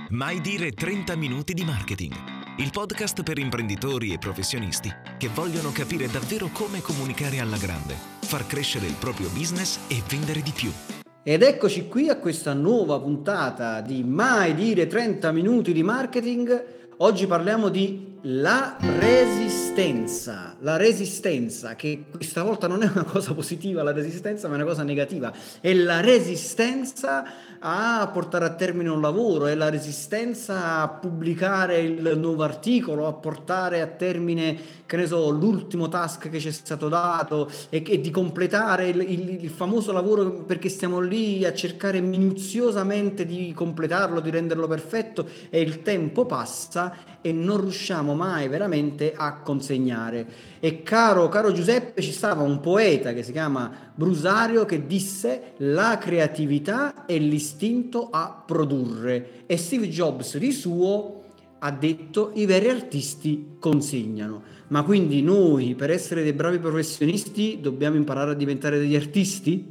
Mai dire 30 minuti di marketing. Il podcast per imprenditori e professionisti che vogliono capire davvero come comunicare alla grande, far crescere il proprio business e vendere di più. Ed eccoci qui a questa nuova puntata di Mai dire 30 minuti di marketing. Oggi parliamo di la resistenza, che questa volta non è una cosa positiva la resistenza, ma è una cosa negativa. È la resistenza a portare a termine un lavoro, è la resistenza a pubblicare il nuovo articolo, a portare a termine, che ne so, l'ultimo task che ci è stato dato e di completare il famoso lavoro, perché stiamo lì a cercare minuziosamente di completarlo, di renderlo perfetto, e il tempo passa e non riusciamo mai veramente a consegnare. E caro Giuseppe, ci stava un poeta che si chiama Brusario che disse: la creatività è l'istinto a produrre, e Steve Jobs di suo ha detto: i veri artisti consegnano. Ma quindi noi, per essere dei bravi professionisti, dobbiamo imparare a diventare degli artisti?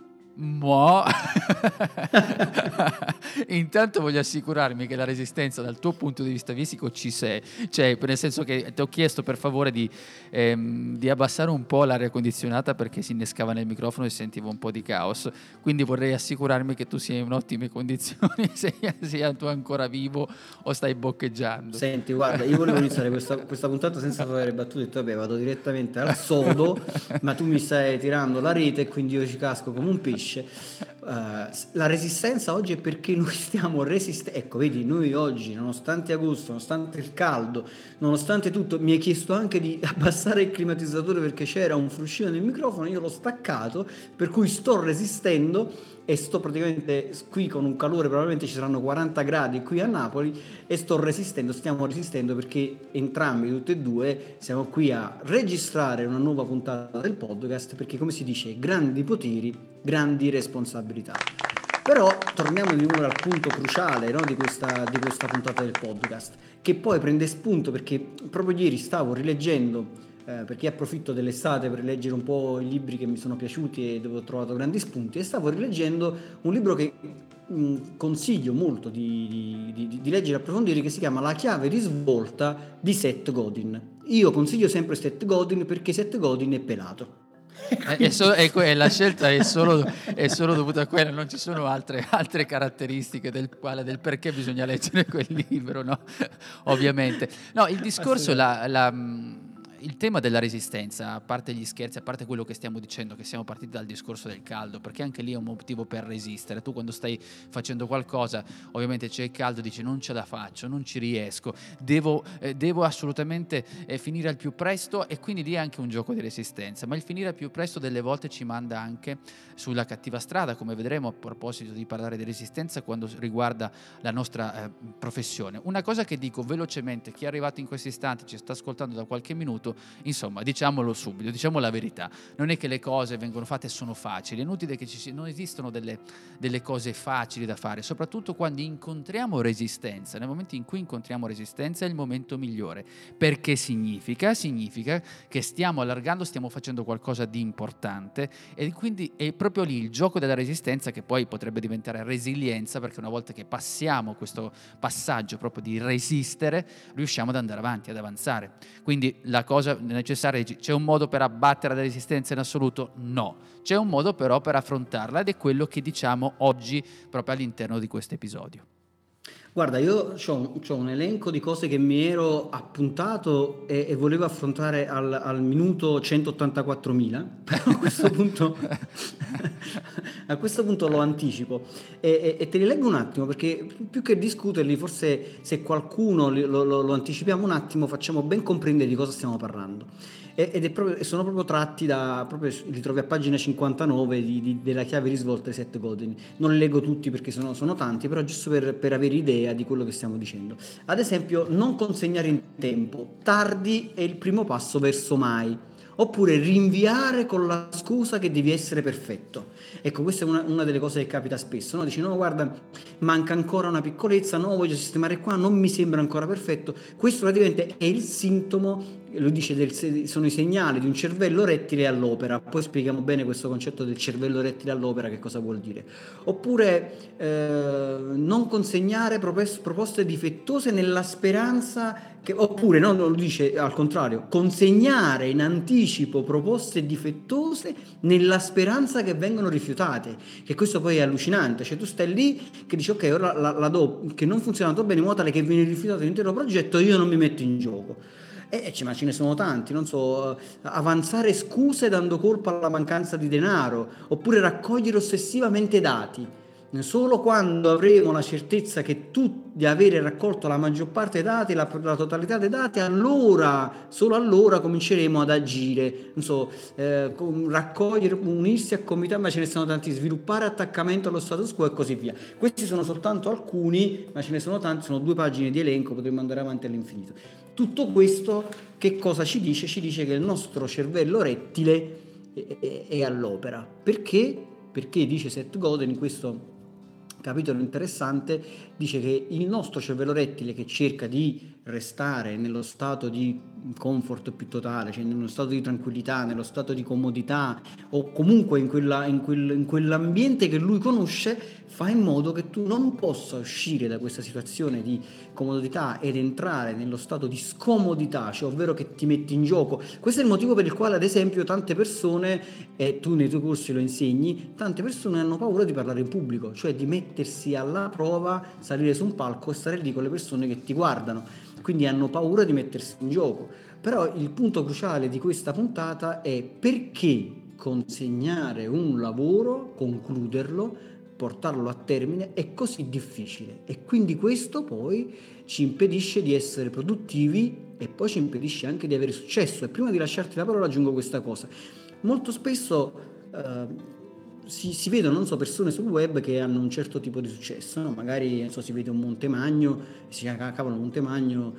Intanto voglio assicurarmi che la resistenza dal tuo punto di vista fisico ci sei, cioè, nel senso che ti ho chiesto per favore di abbassare un po' l'aria condizionata perché si innescava nel microfono e sentivo un po' di caos, quindi vorrei assicurarmi che tu sia in ottime condizioni, sia tu ancora vivo o stai boccheggiando. Senti, guarda, io volevo iniziare questa puntata senza fare battute, ho detto vabbè, vado direttamente al sodo, ma tu mi stai tirando la rete e quindi io ci casco come un pesce. La resistenza oggi è perché noi stiamo resistendo. Ecco, vedi, noi oggi, nonostante agosto, nonostante il caldo, nonostante tutto, mi hai chiesto anche di abbassare il climatizzatore perché c'era un fruscio nel microfono, io l'ho staccato, per cui sto resistendo e sto praticamente qui con un calore, probabilmente ci saranno 40 gradi qui a Napoli, e stiamo resistendo perché entrambi, tutti e due, siamo qui a registrare una nuova puntata del podcast, perché come si dice, grandi poteri, grandi responsabilità. Però torniamo di nuovo al punto cruciale, no, di questa puntata del podcast, che poi prende spunto perché proprio ieri stavo rileggendo, perché approfitto dell'estate per leggere un po' i libri che mi sono piaciuti e dove ho trovato grandi spunti, e stavo rileggendo un libro che consiglio molto di leggere e approfondire, che si chiama La chiave di svolta di Seth Godin. Io consiglio sempre Seth Godin perché Seth Godin è pelato. La scelta è solo dovuta a quella, non ci sono altre caratteristiche del perché bisogna leggere quel libro, no? Ovviamente. No, il discorso, il tema della resistenza, a parte gli scherzi, a parte quello che stiamo dicendo, che siamo partiti dal discorso del caldo, perché anche lì è un motivo per resistere. Tu quando stai facendo qualcosa, ovviamente c'è il caldo, dici non ce la faccio, non ci riesco, devo assolutamente finire al più presto, e quindi lì è anche un gioco di resistenza. Ma il finire al più presto delle volte ci manda anche sulla cattiva strada, come vedremo a proposito di parlare di resistenza quando riguarda la nostra professione. Una cosa che dico velocemente: chi è arrivato in questo istante, ci sta ascoltando da qualche minuto, insomma, diciamolo subito, diciamo la verità, non è che le cose vengono fatte e sono facili, è inutile che non esistono delle cose facili da fare, soprattutto quando incontriamo resistenza. Nel momento in cui incontriamo resistenza è il momento migliore, perché significa che stiamo allargando, stiamo facendo qualcosa di importante, e quindi è proprio lì il gioco della resistenza, che poi potrebbe diventare resilienza, perché una volta che passiamo questo passaggio proprio di resistere, riusciamo ad andare avanti, ad avanzare. Quindi la cosa necessaria: c'è un modo per abbattere la resistenza in assoluto? No, c'è un modo però per affrontarla, ed è quello che diciamo oggi proprio all'interno di questo episodio. Guarda, io c'ho un elenco di cose che mi ero appuntato e volevo affrontare al minuto 184.000, però a questo punto lo anticipo e te li leggo un attimo, perché più che discuterli, forse se qualcuno lo anticipiamo un attimo, facciamo ben comprendere di cosa stiamo parlando. Sono proprio tratti li trovi a pagina 59 della chiave di svolta di Seth Godin. Non li leggo tutti perché sono tanti, però giusto per avere idea di quello che stiamo dicendo. Ad esempio, non consegnare in tempo, tardi è il primo passo verso mai. Oppure rinviare con la scusa che devi essere perfetto. Ecco, questa è una delle cose che capita spesso, no? Dici: no, guarda, manca ancora una piccolezza, no, voglio sistemare qua, non mi sembra ancora perfetto. Questo praticamente è il sintomo lo dice, sono i segnali di un cervello rettile all'opera. Poi spieghiamo bene questo concetto del cervello rettile all'opera, che cosa vuol dire. Oppure non consegnare proposte difettose nella speranza oppure no, lo dice al contrario, consegnare in anticipo proposte difettose nella speranza che vengano rifiutate, che questo poi è allucinante. Cioè tu stai lì che dici ok, ora la do, che non funziona tanto bene, in modo tale che viene rifiutato l'intero progetto, io non mi metto in gioco. Ma ce ne sono tanti, non so, avanzare scuse dando colpa alla mancanza di denaro, oppure raccogliere ossessivamente dati. Solo quando avremo la certezza di avere raccolto la maggior parte dei dati, la totalità dei dati, solo allora cominceremo ad agire. Non so, raccogliere, unirsi a comitati, ma ce ne sono tanti, sviluppare attaccamento allo status quo e così via. Questi sono soltanto alcuni, ma ce ne sono tanti, sono 2 pagine di elenco, potremmo andare avanti all'infinito. Tutto questo che cosa ci dice? Ci dice che il nostro cervello rettile è all'opera. Perché? Perché dice Seth Godin in questo capitolo interessante, dice che il nostro cervello rettile, che cerca di restare nello stato di comfort più totale, cioè nello stato di tranquillità, nello stato di comodità, o comunque in quell'ambiente che lui conosce, fa in modo che tu non possa uscire da questa situazione di comodità ed entrare nello stato di scomodità, cioè ovvero che ti metti in gioco. Questo è il motivo per il quale, ad esempio, tante persone, e tu nei tuoi corsi lo insegni, tante persone hanno paura di parlare in pubblico, cioè di mettersi alla prova, salire su un palco e stare lì con le persone che ti guardano, quindi hanno paura di mettersi in gioco. Però il punto cruciale di questa puntata è: perché consegnare un lavoro, concluderlo, portarlo a termine è così difficile, e quindi questo poi ci impedisce di essere produttivi e poi ci impedisce anche di avere successo. E prima di lasciarti la parola aggiungo questa cosa: molto spesso si vedono, non so, persone sul web che hanno un certo tipo di successo, no? Magari, non so, si vede un Montemagno, si dice cavolo, Montemagno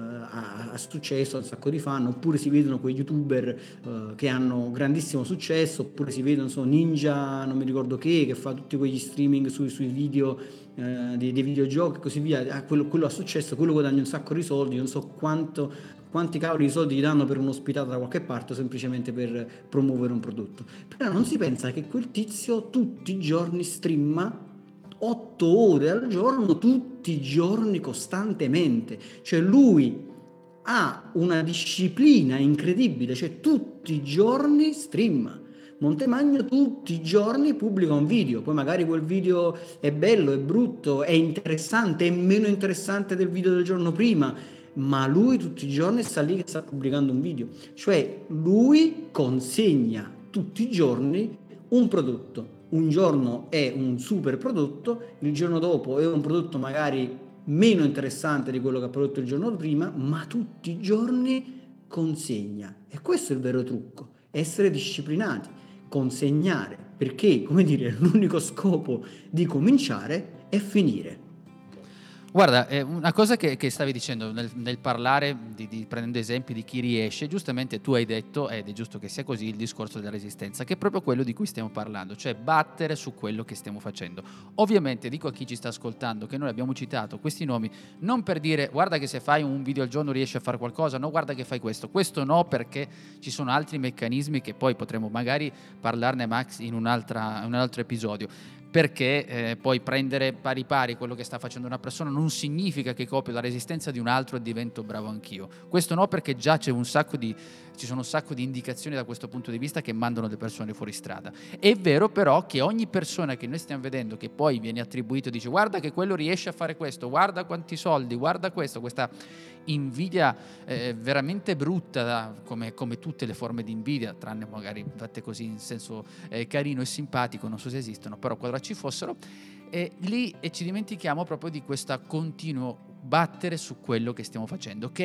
ha successo, ha un sacco di fan, oppure si vedono quei youtuber che hanno grandissimo successo, oppure si vedono, non so, Ninja, non mi ricordo che fa tutti quegli streaming sui video dei videogiochi e così via. Quello ha successo, quello guadagna un sacco di soldi, non so quanti cavoli di soldi gli danno per un'ospitata da qualche parte, semplicemente per promuovere un prodotto. Però non si pensa che quel tizio tutti i giorni streama 8 ore al giorno, tutti i giorni, costantemente. Cioè lui ha una disciplina incredibile, cioè tutti i giorni streama. Montemagno tutti i giorni pubblica un video, poi magari quel video è bello, è brutto, è interessante, è meno interessante del video del giorno prima, ma lui tutti i giorni sta lì che sta pubblicando un video. Cioè lui consegna tutti i giorni un prodotto. Un giorno è un super prodotto, il giorno dopo è un prodotto magari meno interessante di quello che ha prodotto il giorno prima, ma tutti i giorni consegna. E questo è il vero trucco: essere disciplinati, consegnare, perché, come dire, l'unico scopo di cominciare è finire. Guarda, una cosa che stavi dicendo nel parlare, prendendo esempi di chi riesce, giustamente tu hai detto, ed è giusto che sia così, il discorso della resistenza, che è proprio quello di cui stiamo parlando, cioè battere su quello che stiamo facendo. Ovviamente dico a chi ci sta ascoltando che noi abbiamo citato questi nomi non per dire guarda che se fai un video al giorno riesci a fare qualcosa, no, guarda che fai questo no, perché ci sono altri meccanismi che poi potremo magari parlarne, Max, in un altro episodio. Perché poi prendere pari pari quello che sta facendo una persona non significa che copio la resistenza di un altro e divento bravo anch'io. Questo no, perché già ci sono un sacco di indicazioni da questo punto di vista che mandano le persone fuori strada. È vero però che ogni persona che noi stiamo vedendo, che poi viene attribuito, dice guarda che quello riesce a fare questo, guarda quanti soldi, guarda questo, questa invidia veramente brutta, come tutte le forme di invidia, tranne magari fatte così in senso carino e simpatico, non so se esistono, però qualora ci fossero, lì ci dimentichiamo proprio di questo continuo battere su quello che stiamo facendo, che è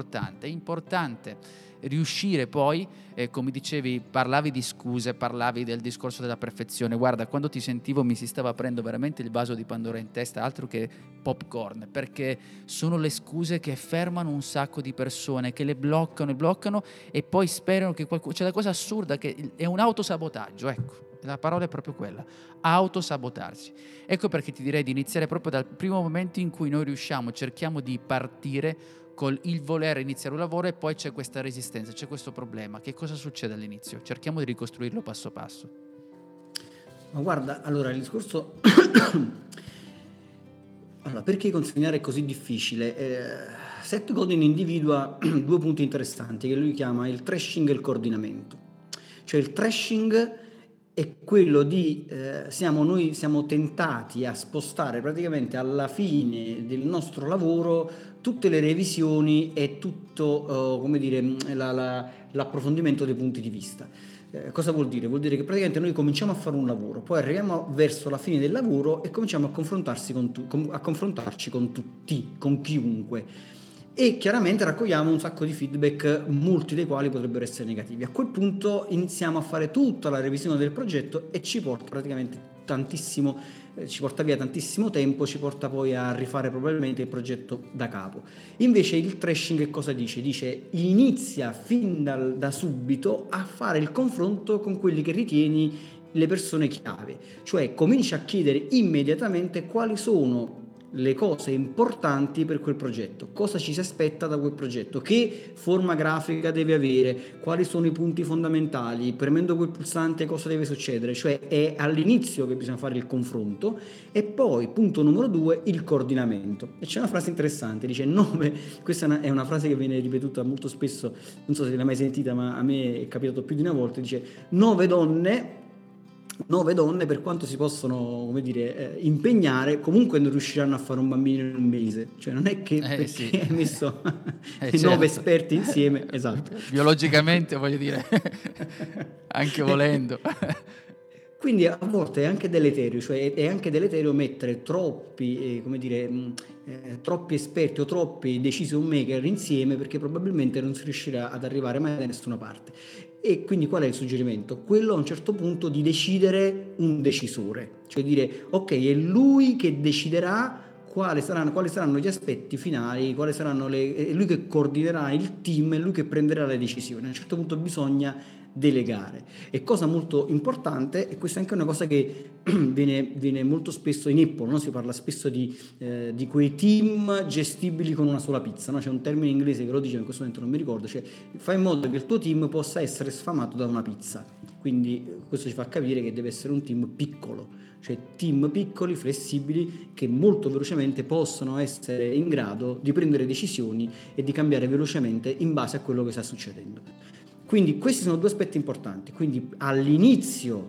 importante riuscire poi, come dicevi, parlavi di scuse, parlavi del discorso della perfezione. Guarda, quando ti sentivo mi si stava aprendo veramente il vaso di Pandora in testa, altro che popcorn, perché sono le scuse che fermano un sacco di persone, che le bloccano e poi sperano che qualcuno... C'è la cosa assurda che è un autosabotaggio, ecco. La parola è proprio quella, autosabotarsi. Ecco perché ti direi di iniziare proprio dal primo momento in cui noi cerchiamo di partire col il voler iniziare un lavoro, e poi c'è questa resistenza, c'è questo problema. Che cosa succede all'inizio? Cerchiamo di ricostruirlo passo passo. Ma guarda, allora il discorso allora, perché consegnare è così difficile? Seth Godin individua due punti interessanti che lui chiama il thrashing e il coordinamento. Cioè il thrashing è quello di noi siamo tentati a spostare praticamente alla fine del nostro lavoro tutte le revisioni e tutto l'approfondimento dei punti di vista. Cosa vuol dire? Vuol dire che praticamente noi cominciamo a fare un lavoro, poi arriviamo verso la fine del lavoro e cominciamo a confrontarci con tutti, con chiunque. E chiaramente raccogliamo un sacco di feedback, molti dei quali potrebbero essere negativi. A quel punto iniziamo a fare tutta la revisione del progetto e ci porta praticamente ci porta via tantissimo tempo, ci porta poi a rifare probabilmente il progetto da capo. Invece il thrashing che cosa dice? Dice inizia fin da subito a fare il confronto con quelli che ritieni le persone chiave, cioè comincia a chiedere immediatamente quali sono le cose importanti per quel progetto, cosa ci si aspetta da quel progetto, che forma grafica deve avere, quali sono i punti fondamentali, premendo quel pulsante cosa deve succedere, cioè è all'inizio che bisogna fare il confronto. E poi punto numero 2, il coordinamento. E c'è una frase interessante, dice 9, questa è una frase che viene ripetuta molto spesso, non so se l'hai mai sentita, ma a me è capitato più di una volta, dice 9 donne per quanto si possono impegnare comunque non riusciranno a fare un bambino in un mese, cioè non è che perché sì. hai messo Certo. 9 esperti insieme, esatto, Biologicamente voglio dire anche volendo. Quindi a volte è anche deleterio, cioè è anche deleterio mettere troppi esperti o troppi decision maker insieme, perché probabilmente non si riuscirà ad arrivare mai da nessuna parte. E quindi qual è il suggerimento? Quello a un certo punto di decidere un decisore, cioè dire ok, è lui che deciderà quali saranno gli aspetti finali, è lui che coordinerà il team, è lui che prenderà le decisioni. A un certo punto bisogna delegare. E cosa molto importante, e questa è anche una cosa che viene molto spesso in Apple, no? Si parla spesso di quei team gestibili con una sola pizza, no? C'è un termine inglese che lo dice, in questo momento non mi ricordo, cioè fai in modo che il tuo team possa essere sfamato da una pizza. Quindi questo ci fa capire che deve essere un team piccolo, cioè team piccoli, flessibili, che molto velocemente possono essere in grado di prendere decisioni e di cambiare velocemente in base a quello che sta succedendo. Quindi questi sono due aspetti importanti, quindi all'inizio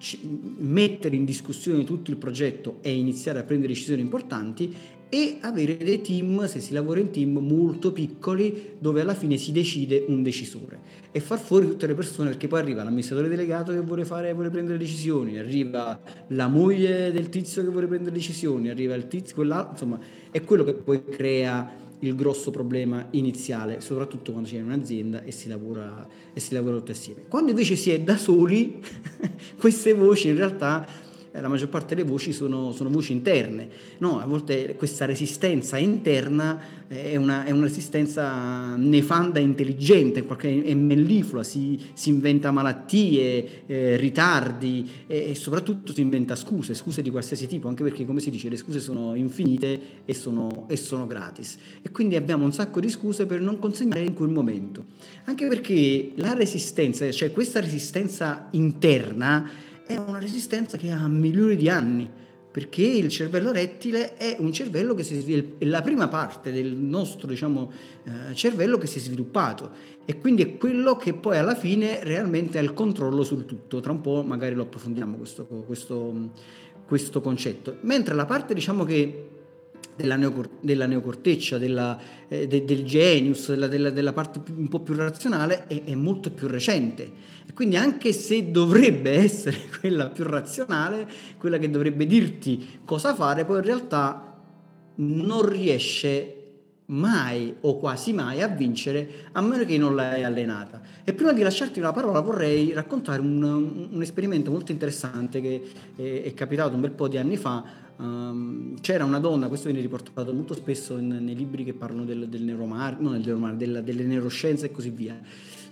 mettere in discussione tutto il progetto e iniziare a prendere decisioni importanti, e avere dei team, se si lavora in team, molto piccoli, dove alla fine si decide un decisore, e far fuori tutte le persone, perché poi arriva l'amministratore delegato che vuole prendere decisioni, arriva la moglie del tizio che vuole prendere decisioni, arriva il tizio, quell'altro, insomma è quello che poi crea il grosso problema iniziale, soprattutto quando c'è un'azienda e si lavora tutti assieme. Quando invece si è da soli, queste voci in realtà, la maggior parte delle voci sono voci interne, no? A volte questa resistenza interna è una resistenza nefanda e intelligente, è melliflua, si inventa malattie, ritardi, e soprattutto si inventa scuse di qualsiasi tipo, anche perché, come si dice, le scuse sono infinite e sono gratis, e quindi abbiamo un sacco di scuse per non consegnare in quel momento, anche perché la resistenza, cioè questa resistenza interna, è una resistenza che ha milioni di anni, perché il cervello rettile è un cervello è la prima parte del nostro cervello che si è sviluppato, e quindi è quello che poi alla fine realmente ha il controllo sul tutto. Tra un po' magari lo approfondiamo questo concetto, mentre la parte che della neocorteccia, del genius, della parte un po' più razionale è molto più recente, e quindi anche se dovrebbe essere quella più razionale, quella che dovrebbe dirti cosa fare, poi in realtà non riesce mai o quasi mai a vincere, a meno che non l'hai allenata. E prima di lasciarti la parola vorrei raccontare un esperimento molto interessante che è capitato un bel po' di anni fa. C'era una donna, questo viene riportato molto spesso nei libri che parlano delle neuroscienze e così via.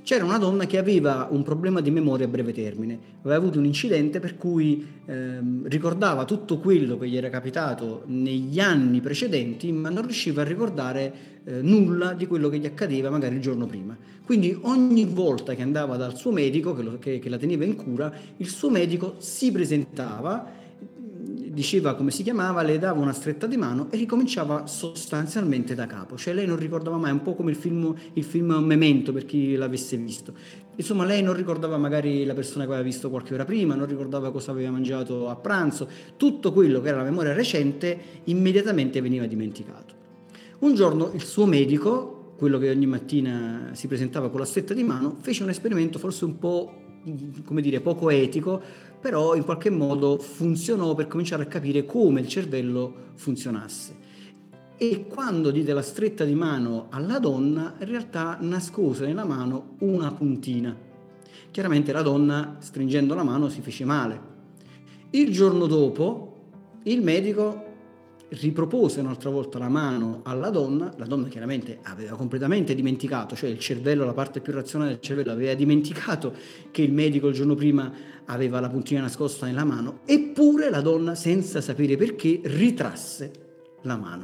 C'era una donna che aveva un problema di memoria a breve termine, aveva avuto un incidente per cui ricordava tutto quello che gli era capitato negli anni precedenti, ma non riusciva a ricordare nulla di quello che gli accadeva magari il giorno prima. Quindi ogni volta che andava dal suo medico, che la teneva in cura, il suo medico si presentava, diceva come si chiamava, le dava una stretta di mano e ricominciava sostanzialmente da capo. Cioè lei non ricordava mai, un po' come il film Memento, per chi l'avesse visto. Insomma, lei non ricordava magari la persona che aveva visto qualche ora prima, non ricordava cosa aveva mangiato a pranzo, tutto quello che era la memoria recente immediatamente veniva dimenticato. Un giorno il suo medico, quello che ogni mattina si presentava con la stretta di mano, fece un esperimento forse un po', come dire, poco etico, però in qualche modo funzionò per cominciare a capire come il cervello funzionasse. E quando diede la stretta di mano alla donna, in realtà nascose nella mano una puntina. Chiaramente la donna, stringendo la mano, si fece male. Il giorno dopo il medico ripropose un'altra volta la mano alla donna chiaramente aveva completamente dimenticato, cioè il cervello, la parte più razionale del cervello, aveva dimenticato che il medico il giorno prima aveva la puntina nascosta nella mano, eppure la donna, senza sapere perché, ritrasse la mano.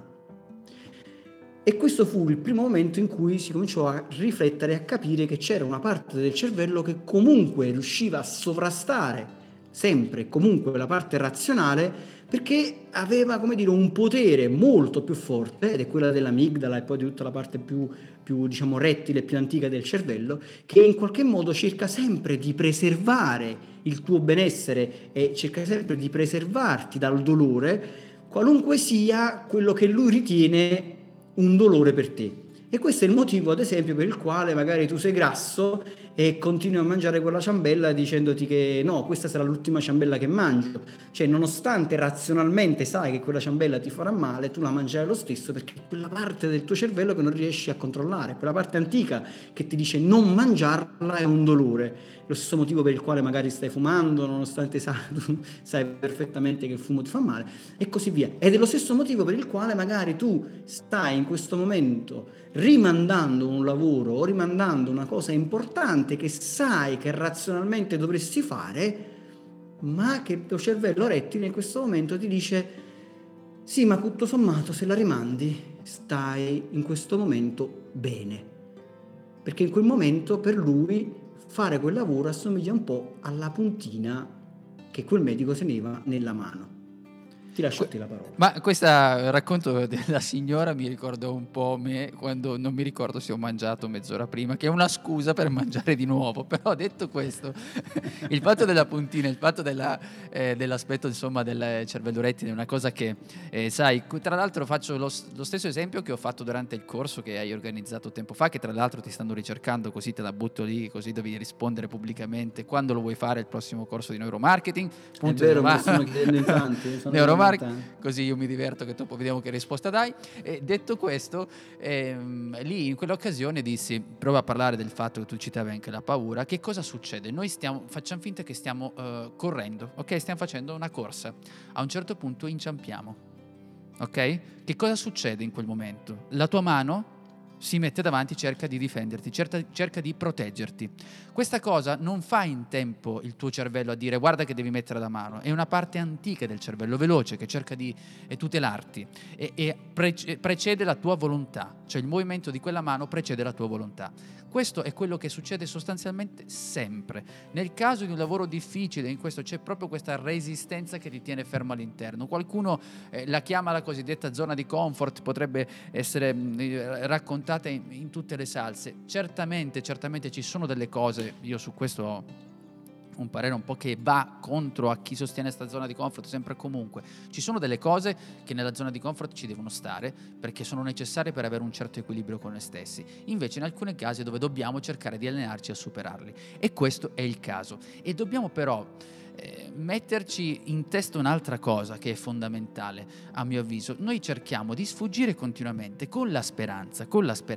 E questo fu il primo momento in cui si cominciò a riflettere e a capire che c'era una parte del cervello che comunque riusciva a sovrastare sempre e comunque la parte razionale, perché aveva, come dire, un potere molto più forte, ed è quella dell'amigdala e poi di tutta la parte più diciamo rettile, più antica del cervello, che in qualche modo cerca sempre di preservare il tuo benessere e cerca sempre di preservarti dal dolore, qualunque sia quello che lui ritiene un dolore per te. E questo è il motivo, ad esempio, per il quale magari tu sei grasso e continui a mangiare quella ciambella dicendoti che no, questa sarà l'ultima ciambella che mangio. Cioè, nonostante razionalmente sai che quella ciambella ti farà male, tu la mangerai lo stesso perché è quella parte del tuo cervello che non riesci a controllare, quella parte antica che ti dice non mangiarla è un dolore. Lo stesso motivo per il quale magari stai fumando, nonostante sai perfettamente che il fumo ti fa male, e così via. Ed è lo stesso motivo per il quale magari tu stai in questo momento rimandando un lavoro o rimandando una cosa importante che sai che razionalmente dovresti fare, ma che il tuo cervello rettile in questo momento ti dice sì, ma tutto sommato se la rimandi stai in questo momento bene, perché in quel momento per lui fare quel lavoro assomiglia un po' alla puntina che quel medico teneva nella mano. Ti lascio a te la parola. Ma questo racconto della signora mi ricorda un po' me quando non mi ricordo se ho mangiato mezz'ora prima, che è una scusa per mangiare di nuovo. Però detto questo, il fatto della puntina, il fatto dell'aspetto insomma del cervello rettile è una cosa che sai, tra l'altro faccio lo stesso esempio che ho fatto durante il corso che hai organizzato tempo fa, che tra l'altro ti stanno ricercando, così te la butto lì, così devi rispondere pubblicamente quando lo vuoi fare il prossimo corso di neuromarketing. È vero, me lo sono chiedendo in tanti. Così io mi diverto, che dopo vediamo che risposta dai. E detto questo, lì in quell'occasione dissi, prova a parlare del fatto che tu citavi anche la paura. Che cosa succede? Noi facciamo finta che stiamo correndo, ok? Stiamo facendo una corsa. A un certo punto inciampiamo, ok? Che cosa succede in quel momento? La tua mano si mette davanti, cerca di difenderti, cerca di proteggerti. Questa cosa non fa in tempo il tuo cervello a dire guarda che devi mettere la mano, è una parte antica del cervello veloce che cerca di tutelarti e precede la tua volontà, cioè il movimento di quella mano precede la tua volontà. Questo è quello che succede sostanzialmente sempre. Nel caso di un lavoro difficile, in questo c'è proprio questa resistenza che ti tiene fermo all'interno. Qualcuno la chiama la cosiddetta zona di comfort, potrebbe essere raccontata in tutte le salse. Certamente ci sono delle cose, io su questo ho un parere un po' che va contro a chi sostiene questa zona di comfort sempre e comunque. Ci sono delle cose che nella zona di comfort ci devono stare perché sono necessarie per avere un certo equilibrio con noi stessi. Invece in alcuni casi dove dobbiamo cercare di allenarci a superarli, e questo è il caso. E dobbiamo però metterci in testa un'altra cosa che è fondamentale a mio avviso. Noi cerchiamo di sfuggire continuamente con la speranza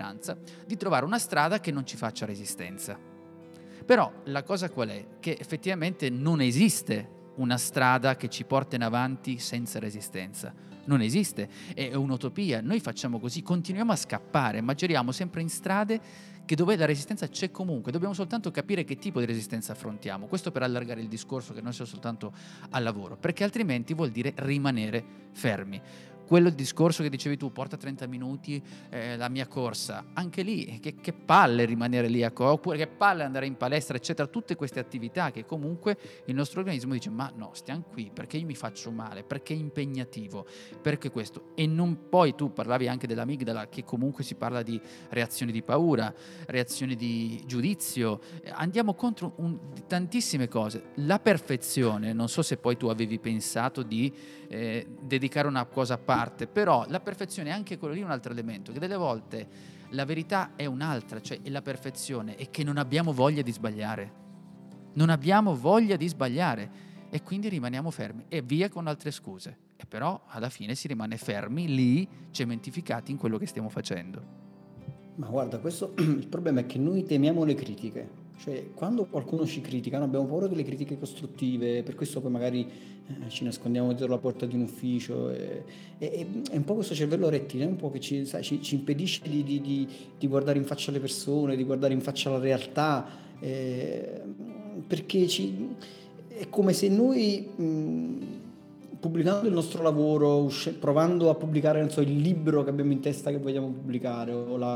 di trovare una strada che non ci faccia resistenza. Però la cosa qual è? Che effettivamente non esiste una strada che ci porta in avanti senza resistenza. non esiste, è un'utopia. Noi facciamo così, continuiamo a scappare, ma giriamo sempre in strade dove la resistenza c'è comunque, dobbiamo soltanto capire che tipo di resistenza affrontiamo. Questo per allargare il discorso, che non sia soltanto al lavoro, perché altrimenti vuol dire rimanere fermi. Quello il discorso che dicevi tu, porta 30 minuti la mia corsa, anche lì che palle rimanere lì oppure che palle andare in palestra, eccetera, tutte queste attività che comunque il nostro organismo dice ma no, stiamo qui perché io mi faccio male, perché è impegnativo, perché questo. E non, poi tu parlavi anche dell'amigdala, che comunque si parla di reazioni di paura, reazioni di giudizio, andiamo contro tantissime cose. La perfezione, non so se poi tu avevi pensato di dedicare una cosa a parte, però la perfezione è anche quello lì, un altro elemento, che delle volte la verità è un'altra, cioè la perfezione è che non abbiamo voglia di sbagliare, e quindi rimaniamo fermi e via con altre scuse, e però alla fine si rimane fermi lì, cementificati in quello che stiamo facendo. Ma guarda, questo il problema è che noi temiamo le critiche, cioè quando qualcuno ci critica noi abbiamo paura delle critiche costruttive, per questo poi magari ci nascondiamo dietro la porta di un ufficio, è un po' questo cervello rettile, è un po' che ci impedisce di guardare in faccia alle persone, di guardare in faccia la realtà, perché è come se noi pubblicando il nostro lavoro, provando a pubblicare, non so, il libro che abbiamo in testa che vogliamo pubblicare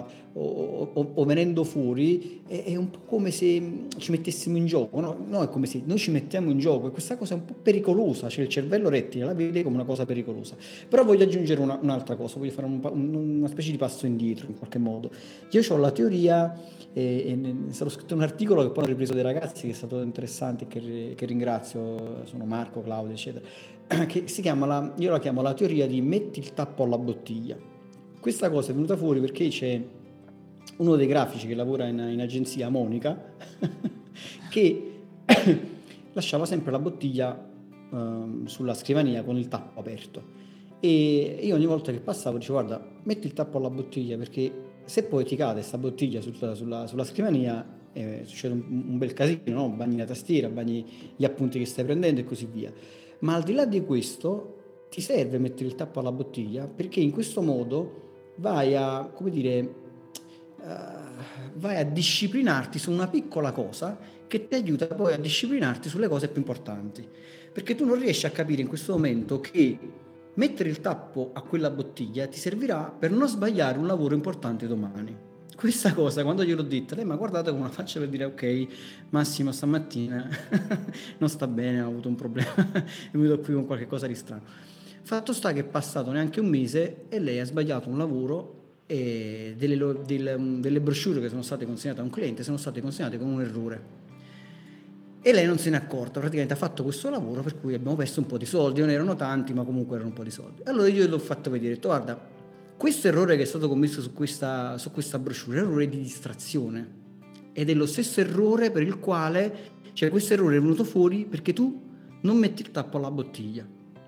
o venendo fuori, è un po' come se ci mettessimo in gioco, no? No, è come se noi ci mettiamo in gioco, e questa cosa è un po' pericolosa, cioè il cervello rettile la vede come una cosa pericolosa. Però voglio aggiungere un'altra cosa, voglio fare una specie di passo indietro in qualche modo. Io ho la teoria, è stato scritto un articolo che poi ho ripreso dai ragazzi, che è stato interessante, che ringrazio, sono Marco, Claudio, eccetera, che si chiama io la chiamo la teoria di metti il tappo alla bottiglia. Questa cosa è venuta fuori perché c'è uno dei grafici che lavora in agenzia, Monica, che lasciava sempre la bottiglia sulla scrivania con il tappo aperto, e io ogni volta che passavo dicevo guarda, metti il tappo alla bottiglia, perché se poi ti cade sta bottiglia sulla scrivania succede un bel casino, no? Bagni la tastiera, bagni gli appunti che stai prendendo e così via. Ma al di là di questo ti serve mettere il tappo alla bottiglia, perché in questo modo vai a, come dire, vai a disciplinarti su una piccola cosa che ti aiuta poi a disciplinarti sulle cose più importanti, perché tu non riesci a capire in questo momento che mettere il tappo a quella bottiglia ti servirà per non sbagliare un lavoro importante domani. Questa cosa, quando gliel'ho detta, lei mi ha guardato con una faccia per dire ok, Massimo stamattina non sta bene, ha avuto un problema, è venuto qui con qualche cosa di strano. Fatto sta che è passato neanche un mese e lei ha sbagliato un lavoro, e delle brochure che sono state consegnate a un cliente sono state consegnate con un errore. E lei non se n'è accorta, praticamente ha fatto questo lavoro per cui abbiamo perso un po' di soldi, non erano tanti ma comunque erano un po' di soldi. Allora io l'ho fatto vedere, ho detto guarda, questo errore che è stato commesso su questa brochure è un errore di distrazione, ed è lo stesso errore per il quale, cioè questo errore è venuto fuori perché tu non metti il tappo alla bottiglia.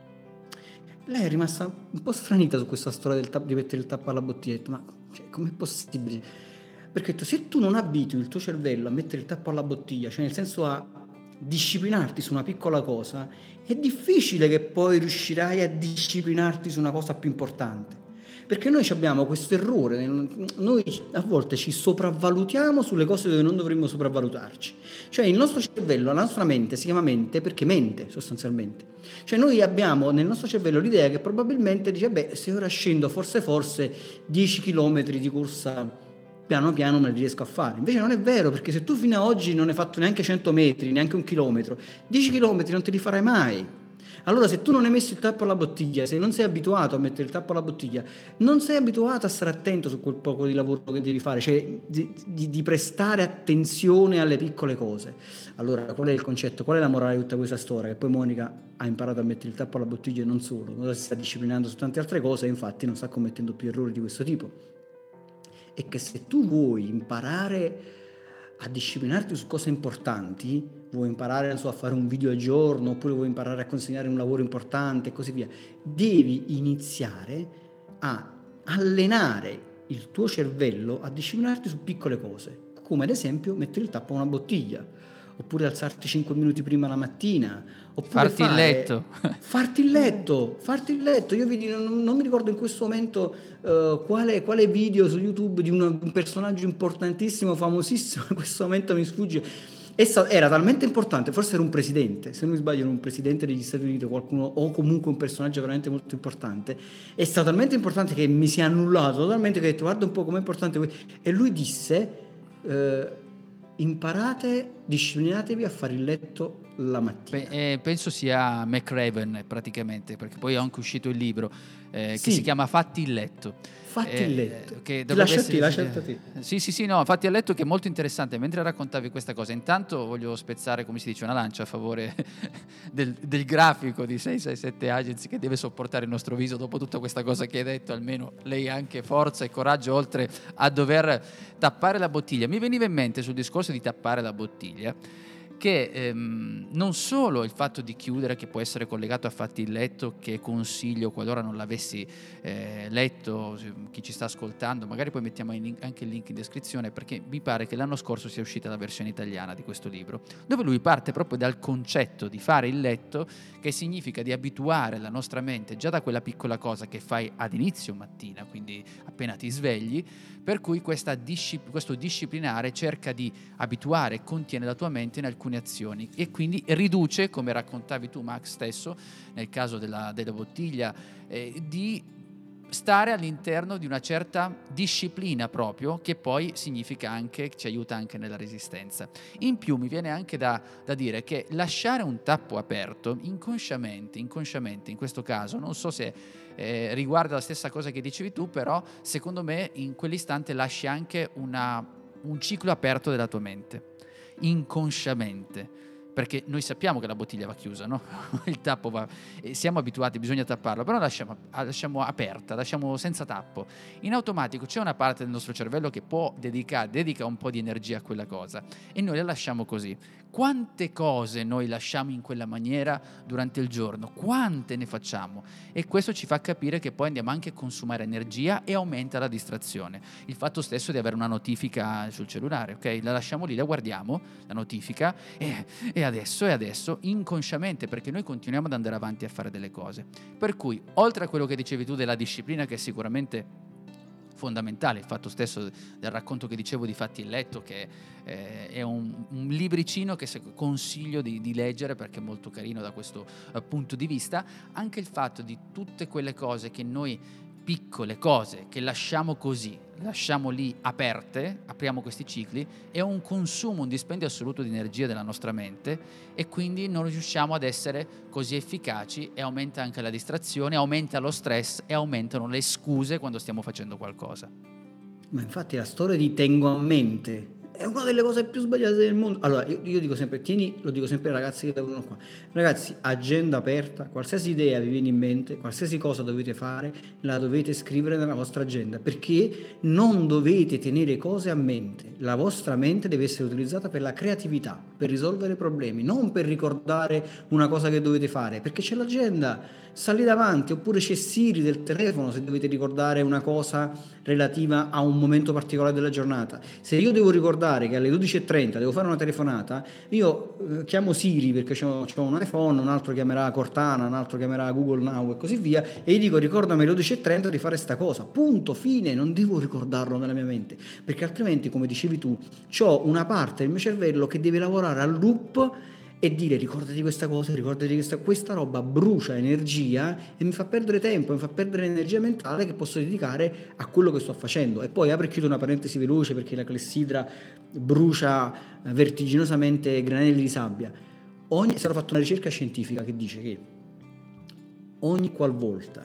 Lei è rimasta un po' stranita su questa storia di mettere il tappo alla bottiglia, ha detto ma com'è possibile? Perché ho detto, se tu non abitui il tuo cervello a mettere il tappo alla bottiglia, cioè nel senso a disciplinarti su una piccola cosa, è difficile che poi riuscirai a disciplinarti su una cosa più importante, perché noi abbiamo questo errore, noi a volte ci sopravvalutiamo sulle cose dove non dovremmo sopravvalutarci, cioè il nostro cervello, la nostra mente si chiama mente perché mente sostanzialmente, cioè noi abbiamo nel nostro cervello l'idea che probabilmente dice beh, se ora scendo forse 10 km di corsa piano piano me li riesco a fare. Invece non è vero, perché se tu fino ad oggi non hai fatto neanche 100 metri, neanche un chilometro, 10 chilometri non te li farai mai. Allora se tu non hai messo il tappo alla bottiglia, se non sei abituato a mettere il tappo alla bottiglia, non sei abituato a stare attento su quel poco di lavoro che devi fare, cioè di prestare attenzione alle piccole cose. Allora qual è il concetto, qual è la morale di tutta questa storia? Che poi Monica ha imparato a mettere il tappo alla bottiglia, e non solo, non si sta disciplinando su tante altre cose, e infatti non sta commettendo più errori di questo tipo. È che se tu vuoi imparare a disciplinarti su cose importanti, vuoi imparare a fare un video al giorno, oppure vuoi imparare a consegnare un lavoro importante e così via, devi iniziare a allenare il tuo cervello a disciplinarti su piccole cose, come ad esempio mettere il tappo a una bottiglia, oppure alzarti 5 minuti prima la mattina, oppure farti il letto. Farti il letto. Io non mi ricordo in questo momento quale video su YouTube di un personaggio importantissimo, famosissimo, in questo momento mi sfugge. Era talmente importante, forse era un presidente, se non mi sbaglio era un presidente degli Stati Uniti, qualcuno, o comunque un personaggio veramente molto importante. È stato talmente importante che mi si è annullato totalmente, che ho detto guarda un po' com'è importante. E lui disse imparate, disciplinatevi a fare il letto la mattina. Penso sia McRaven praticamente, perché poi è anche uscito il libro che Sì. si chiama Fatti il letto. Fatti il letto. Che La scelta te. Sì, no, Fatti il letto, che è molto interessante. Mentre raccontavi questa cosa, intanto voglio spezzare, come si dice, una lancia a favore del grafico di 667 Agency, che deve sopportare il nostro viso dopo tutta questa cosa che hai detto. Almeno lei ha anche forza e coraggio, oltre a dover tappare la bottiglia. Mi veniva in mente sul discorso di tappare la bottiglia che non solo il fatto di chiudere, che può essere collegato a Fatti il letto, che consiglio qualora non l'avessi letto, chi ci sta ascoltando, magari poi mettiamo anche il link in descrizione, perché mi pare che l'anno scorso sia uscita la versione italiana di questo libro, dove lui parte proprio dal concetto di fare il letto, che significa di abituare la nostra mente già da quella piccola cosa che fai ad inizio mattina, quindi appena ti svegli, per cui questo disciplinare cerca di abituare e contiene la tua mente in alcune azioni e quindi riduce, come raccontavi tu Max stesso, nel caso della bottiglia, di stare all'interno di una certa disciplina proprio, che poi significa anche, ci aiuta anche nella resistenza. In più mi viene anche da dire che lasciare un tappo aperto inconsciamente in questo caso, non so se riguarda la stessa cosa che dicevi tu, però secondo me in quell'istante lasci anche un ciclo aperto della tua mente, inconsciamente, perché noi sappiamo che la bottiglia va chiusa, no? Il tappo va, siamo abituati, bisogna tapparlo, però lasciamo aperta, lasciamo senza tappo. In automatico c'è una parte del nostro cervello che dedica un po' di energia a quella cosa e noi la lasciamo così. Quante cose noi lasciamo in quella maniera durante il giorno? Quante ne facciamo? E questo ci fa capire che poi andiamo anche a consumare energia e aumenta la distrazione. Il fatto stesso di avere una notifica sul cellulare, ok? La lasciamo lì, la guardiamo, la notifica, e adesso, inconsciamente, perché noi continuiamo ad andare avanti a fare delle cose. Per cui, oltre a quello che dicevi tu della disciplina, che è sicuramente fondamentale, il fatto stesso del racconto che dicevo di Fatti il letto, che è un libricino che consiglio di leggere perché è molto carino da questo punto di vista, anche il fatto di tutte quelle cose che noi, piccole cose che lasciamo così, lasciamo lì aperte, apriamo questi cicli, è un consumo, un dispendio assoluto di energia della nostra mente e quindi non riusciamo ad essere così efficaci e aumenta anche la distrazione, aumenta lo stress e aumentano le scuse quando stiamo facendo qualcosa. Ma infatti la storia di tengo a mente è una delle cose più sbagliate del mondo. Allora, io dico sempre, lo dico sempre ai ragazzi che lavorano qua. Ragazzi, agenda aperta, qualsiasi idea vi viene in mente, qualsiasi cosa dovete fare, la dovete scrivere nella vostra agenda, perché non dovete tenere cose a mente. La vostra mente deve essere utilizzata per la creatività, per risolvere problemi, non per ricordare una cosa che dovete fare, perché c'è l'agenda, sta lì davanti, oppure c'è Siri del telefono se dovete ricordare una cosa relativa a un momento particolare della giornata. Se io devo ricordare che alle 12:30 devo fare una telefonata, io chiamo Siri, perché c'ho un iPhone, un altro chiamerà Cortana, un altro chiamerà Google Now e così via, e gli dico ricordami alle 12:30 di fare sta cosa, punto, fine. Non devo ricordarlo nella mia mente, perché altrimenti, come dicevi tu, c'ho una parte del mio cervello che deve lavorare al loop e dire ricordati questa cosa, ricordati questa roba brucia energia e mi fa perdere tempo, mi fa perdere energia mentale che posso dedicare a quello che sto facendo. E poi apro e chiudo una parentesi veloce, perché la clessidra brucia vertiginosamente granelli di sabbia. È stata fatta una ricerca scientifica che dice che ogni qualvolta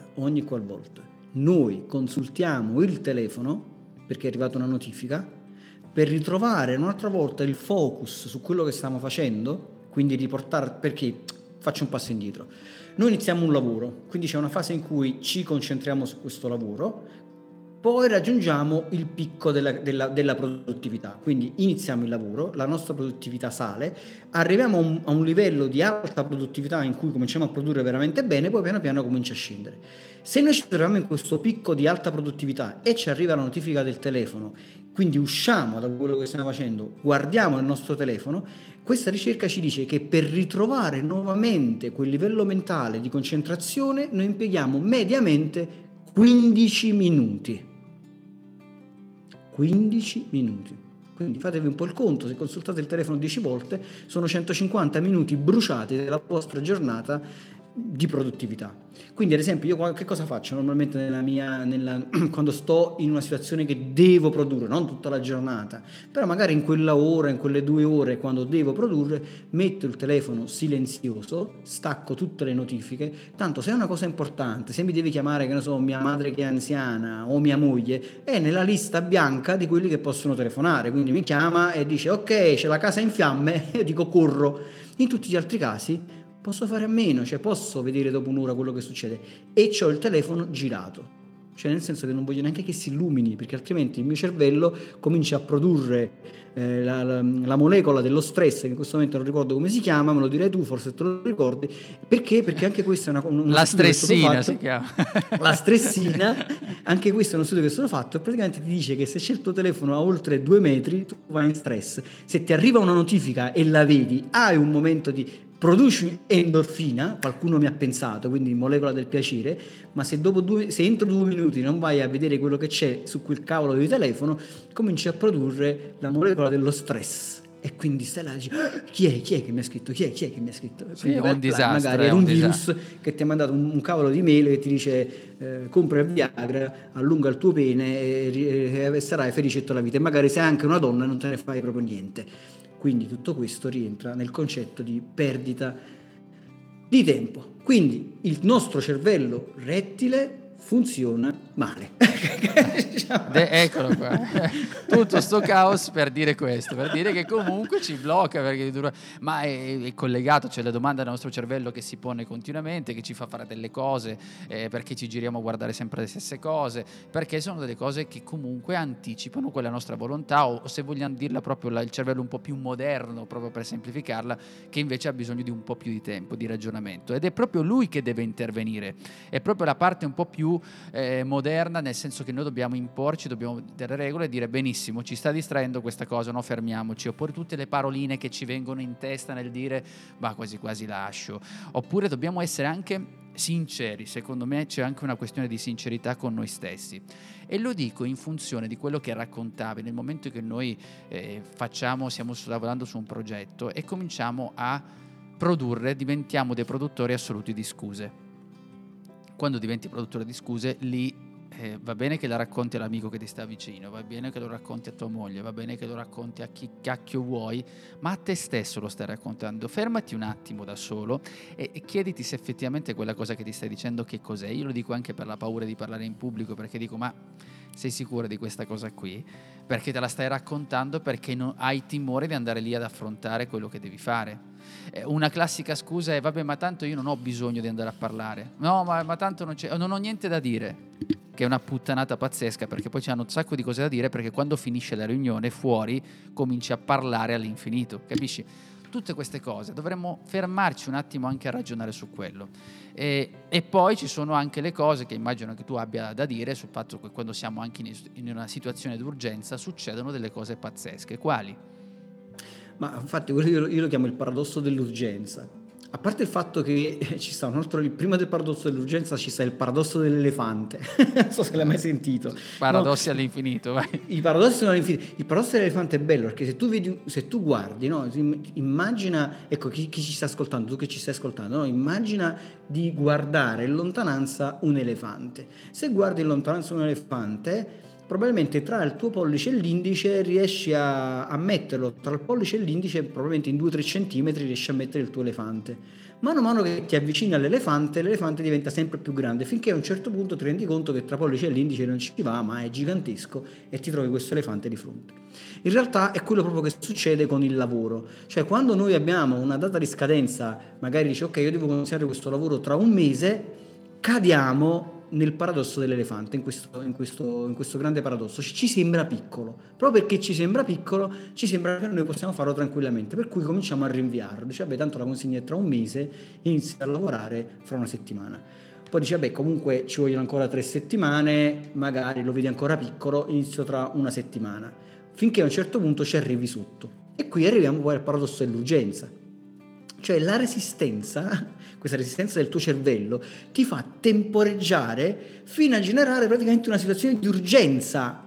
noi consultiamo il telefono perché è arrivata una notifica, per ritrovare un'altra volta il focus su quello che stiamo facendo, quindi riportare, perché faccio un passo indietro. Noi iniziamo un lavoro, quindi c'è una fase in cui ci concentriamo su questo lavoro, poi raggiungiamo il picco della produttività, quindi iniziamo il lavoro, la nostra produttività sale, arriviamo a un livello di alta produttività in cui cominciamo a produrre veramente bene, poi piano piano comincia a scendere. Se noi ci troviamo in questo picco di alta produttività e ci arriva la notifica del telefono, quindi usciamo da quello che stiamo facendo, guardiamo il nostro telefono, questa ricerca ci dice che per ritrovare nuovamente quel livello mentale di concentrazione noi impieghiamo mediamente 15 minuti. 15 minuti. Quindi fatevi un po' il conto, se consultate il telefono 10 volte sono 150 minuti bruciati della vostra giornata di produttività. Quindi ad esempio io che cosa faccio normalmente quando sto in una situazione che devo produrre, non tutta la giornata, però magari in quella ora, in quelle 2 ore quando devo produrre, metto il telefono silenzioso, stacco tutte le notifiche, tanto se è una cosa importante, se mi devi chiamare, che ne so, mia madre che è anziana o mia moglie, è nella lista bianca di quelli che possono telefonare, quindi mi chiama e dice ok, c'è la casa in fiamme, e dico corro. In tutti gli altri casi posso fare a meno, cioè posso vedere dopo un'ora quello che succede e c'ho il telefono girato, cioè nel senso che non voglio neanche che si illumini, perché altrimenti il mio cervello comincia a produrre la molecola dello stress, che in questo momento non ricordo come si chiama, me lo direi tu, forse te lo ricordi, perché anche questa è una la stressina si chiama. La stressina, anche questo è uno studio che è stato fatto e praticamente ti dice che se c'è il tuo telefono a oltre 2 metri tu vai in stress, se ti arriva una notifica e la vedi hai un momento di produci endorfina, qualcuno mi ha pensato, quindi molecola del piacere, ma se entro 2 minuti non vai a vedere quello che c'è su quel cavolo di telefono, cominci a produrre la molecola dello stress. E quindi stai là e dici, chi è che mi ha scritto? Chi è che mi ha scritto? Sì, è un disastro. Magari è un virus che ti ha mandato un cavolo di mail che ti dice compra il Viagra, allunga il tuo pene e sarai felice tutta la vita. E magari sei anche una donna e non te ne fai proprio niente. Quindi tutto questo rientra nel concetto di perdita di tempo. Quindi il nostro cervello rettile funziona male. Eccolo qua. Tutto sto caos per dire questo, per dire che comunque ci blocca, ma è collegato, c'è la domanda del nostro cervello che si pone continuamente, che ci fa fare delle cose, perché ci giriamo a guardare sempre le stesse cose, perché sono delle cose che comunque anticipano quella nostra volontà, o se vogliamo dirla proprio il cervello un po' più moderno, proprio per semplificarla, che invece ha bisogno di un po' più di tempo, di ragionamento, ed è proprio lui che deve intervenire, è proprio la parte un po' più moderna, nel senso che noi dobbiamo imporci, dobbiamo delle regole e dire benissimo, ci sta distraendo questa cosa, no, fermiamoci, oppure tutte le paroline che ci vengono in testa nel dire ma quasi quasi lascio, oppure dobbiamo essere anche sinceri. Secondo me c'è anche una questione di sincerità con noi stessi, e lo dico in funzione di quello che raccontavi nel momento che noi stiamo lavorando su un progetto e cominciamo a produrre, diventiamo dei produttori assoluti di scuse. Quando diventi produttore di scuse, lì va bene che la racconti all'amico che ti sta vicino, va bene che lo racconti a tua moglie, va bene che lo racconti a chi cacchio vuoi, ma a te stesso lo stai raccontando. Fermati un attimo da solo e chiediti se effettivamente quella cosa che ti stai dicendo che cos'è. Io lo dico anche per la paura di parlare in pubblico, perché dico ma sei sicura di questa cosa qui? Perché te la stai raccontando perché hai timore di andare lì ad affrontare quello che devi fare. Una classica scusa è vabbè, ma tanto io non ho bisogno di andare a parlare, no, ma tanto non ho niente da dire, che è una puttanata pazzesca, perché poi c'hanno un sacco di cose da dire, perché quando finisce la riunione fuori cominci a parlare all'infinito, capisci? Tutte queste cose dovremmo fermarci un attimo anche a ragionare su quello, e poi ci sono anche le cose che immagino che tu abbia da dire sul fatto che quando siamo anche in una situazione d'urgenza succedono delle cose pazzesche. Quali? Ma infatti quello io lo chiamo il paradosso dell'urgenza. A parte il fatto che ci sta un altro, prima del paradosso dell'urgenza ci sta il paradosso dell'elefante. Non so se l'hai mai sentito. Paradossi all'infinito, vai. I paradossi sono all'infinito. Il paradosso dell'elefante è bello perché se tu guardi, no, immagina, ecco, chi ci sta ascoltando, tu che ci stai ascoltando, no, immagina di guardare in lontananza un elefante. Se guardi in lontananza un elefante, probabilmente tra il tuo pollice e l'indice riesci a metterlo, tra il pollice e l'indice probabilmente in 2-3 centimetri riesci a mettere il tuo elefante. Mano a mano che ti avvicini all'elefante, l'elefante diventa sempre più grande, finché a un certo punto ti rendi conto che tra pollice e l'indice non ci va, ma è gigantesco e ti trovi questo elefante di fronte. In realtà è quello proprio che succede con il lavoro, cioè quando noi abbiamo una data di scadenza, magari dici ok, io devo consegnare questo lavoro tra un mese, cadiamo nel paradosso dell'elefante, in questo grande paradosso. Ci sembra piccolo, proprio perché ci sembra piccolo, ci sembra che noi possiamo farlo tranquillamente, per cui cominciamo a rinviarlo. Dice, vabbè, tanto la consegna è tra un mese, inizia a lavorare fra una settimana. Poi dice, vabbè, comunque ci vogliono ancora 3 settimane, magari lo vedi ancora piccolo, inizio tra una settimana, finché a un certo punto ci arrivi sotto. E qui arriviamo poi al paradosso dell'urgenza. Cioè la resistenza, questa resistenza del tuo cervello, ti fa temporeggiare fino a generare praticamente una situazione di urgenza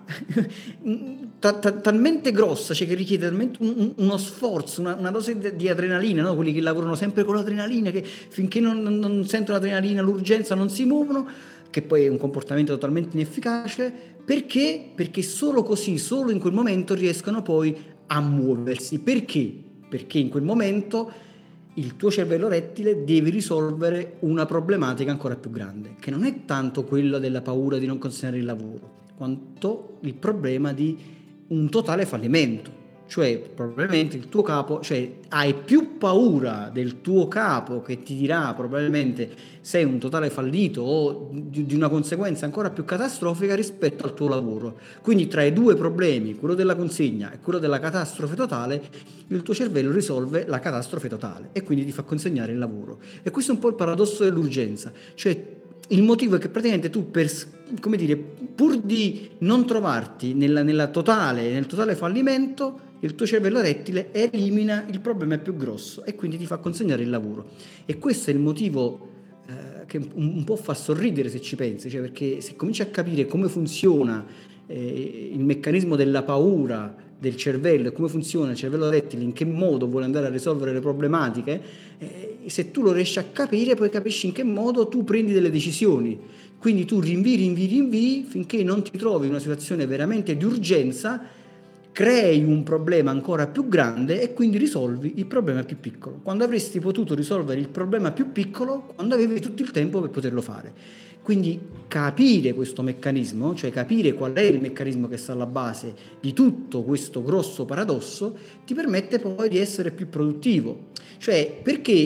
talmente grossa, cioè che richiede talmente uno sforzo, una dose di adrenalina, no? Quelli che lavorano sempre con l'adrenalina, che finché non sentono l'adrenalina, l'urgenza, non si muovono, che poi è un comportamento totalmente inefficace. Perché? Perché solo così, solo in quel momento riescono poi a muoversi. Perché? Perché in quel momento il tuo cervello rettile deve risolvere una problematica ancora più grande, che non è tanto quella della paura di non consegnare il lavoro, quanto il problema di un totale fallimento. Cioè probabilmente il tuo capo, cioè hai più paura del tuo capo che ti dirà probabilmente sei un totale fallito o di una conseguenza ancora più catastrofica rispetto al tuo lavoro. Quindi tra i due problemi, quello della consegna e quello della catastrofe totale, il tuo cervello risolve la catastrofe totale e quindi ti fa consegnare il lavoro. E questo è un po' il paradosso dell'urgenza, cioè il motivo è che praticamente tu come dire, pur di non trovarti nel totale fallimento, il tuo cervello rettile elimina il problema più grosso e quindi ti fa consegnare il lavoro. E questo è il motivo che un po' fa sorridere se ci pensi, cioè perché se cominci a capire come funziona il meccanismo della paura del cervello e come funziona il cervello rettile, in che modo vuole andare a risolvere le problematiche, se tu lo riesci a capire poi capisci in che modo tu prendi delle decisioni. Quindi tu rinvii finché non ti trovi in una situazione veramente di urgenza, crei un problema ancora più grande e quindi risolvi il problema più piccolo, quando avresti potuto risolvere il problema più piccolo quando avevi tutto il tempo per poterlo fare. Quindi capire questo meccanismo, cioè capire qual è il meccanismo che sta alla base di tutto questo grosso paradosso, ti permette poi di essere più produttivo. Cioè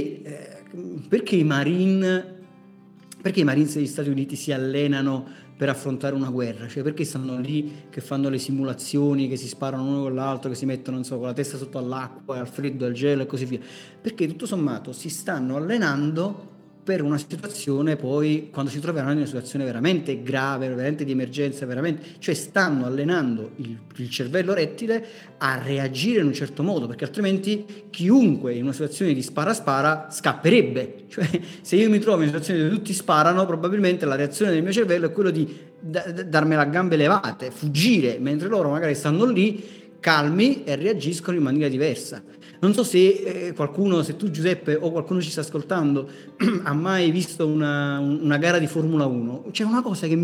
perché i Marines degli Stati Uniti si allenano per affrontare una guerra? Cioè perché stanno lì che fanno le simulazioni, che si sparano uno con l'altro, che si mettono non so, con la testa sotto all'acqua, al freddo, al gelo e così via? Perché tutto sommato si stanno allenando per una situazione poi, quando si troveranno in una situazione veramente grave, veramente di emergenza, veramente, cioè stanno allenando il cervello rettile a reagire in un certo modo, perché altrimenti chiunque in una situazione di spara scapperebbe. Cioè se io mi trovo in una situazione dove tutti sparano, probabilmente la reazione del mio cervello è quello di darmela a gambe levate, fuggire, mentre loro magari stanno lì calmi e reagiscono in maniera diversa. Non so se qualcuno, se tu Giuseppe o qualcuno ci sta ascoltando ha mai visto una gara di Formula 1. C'è una cosa che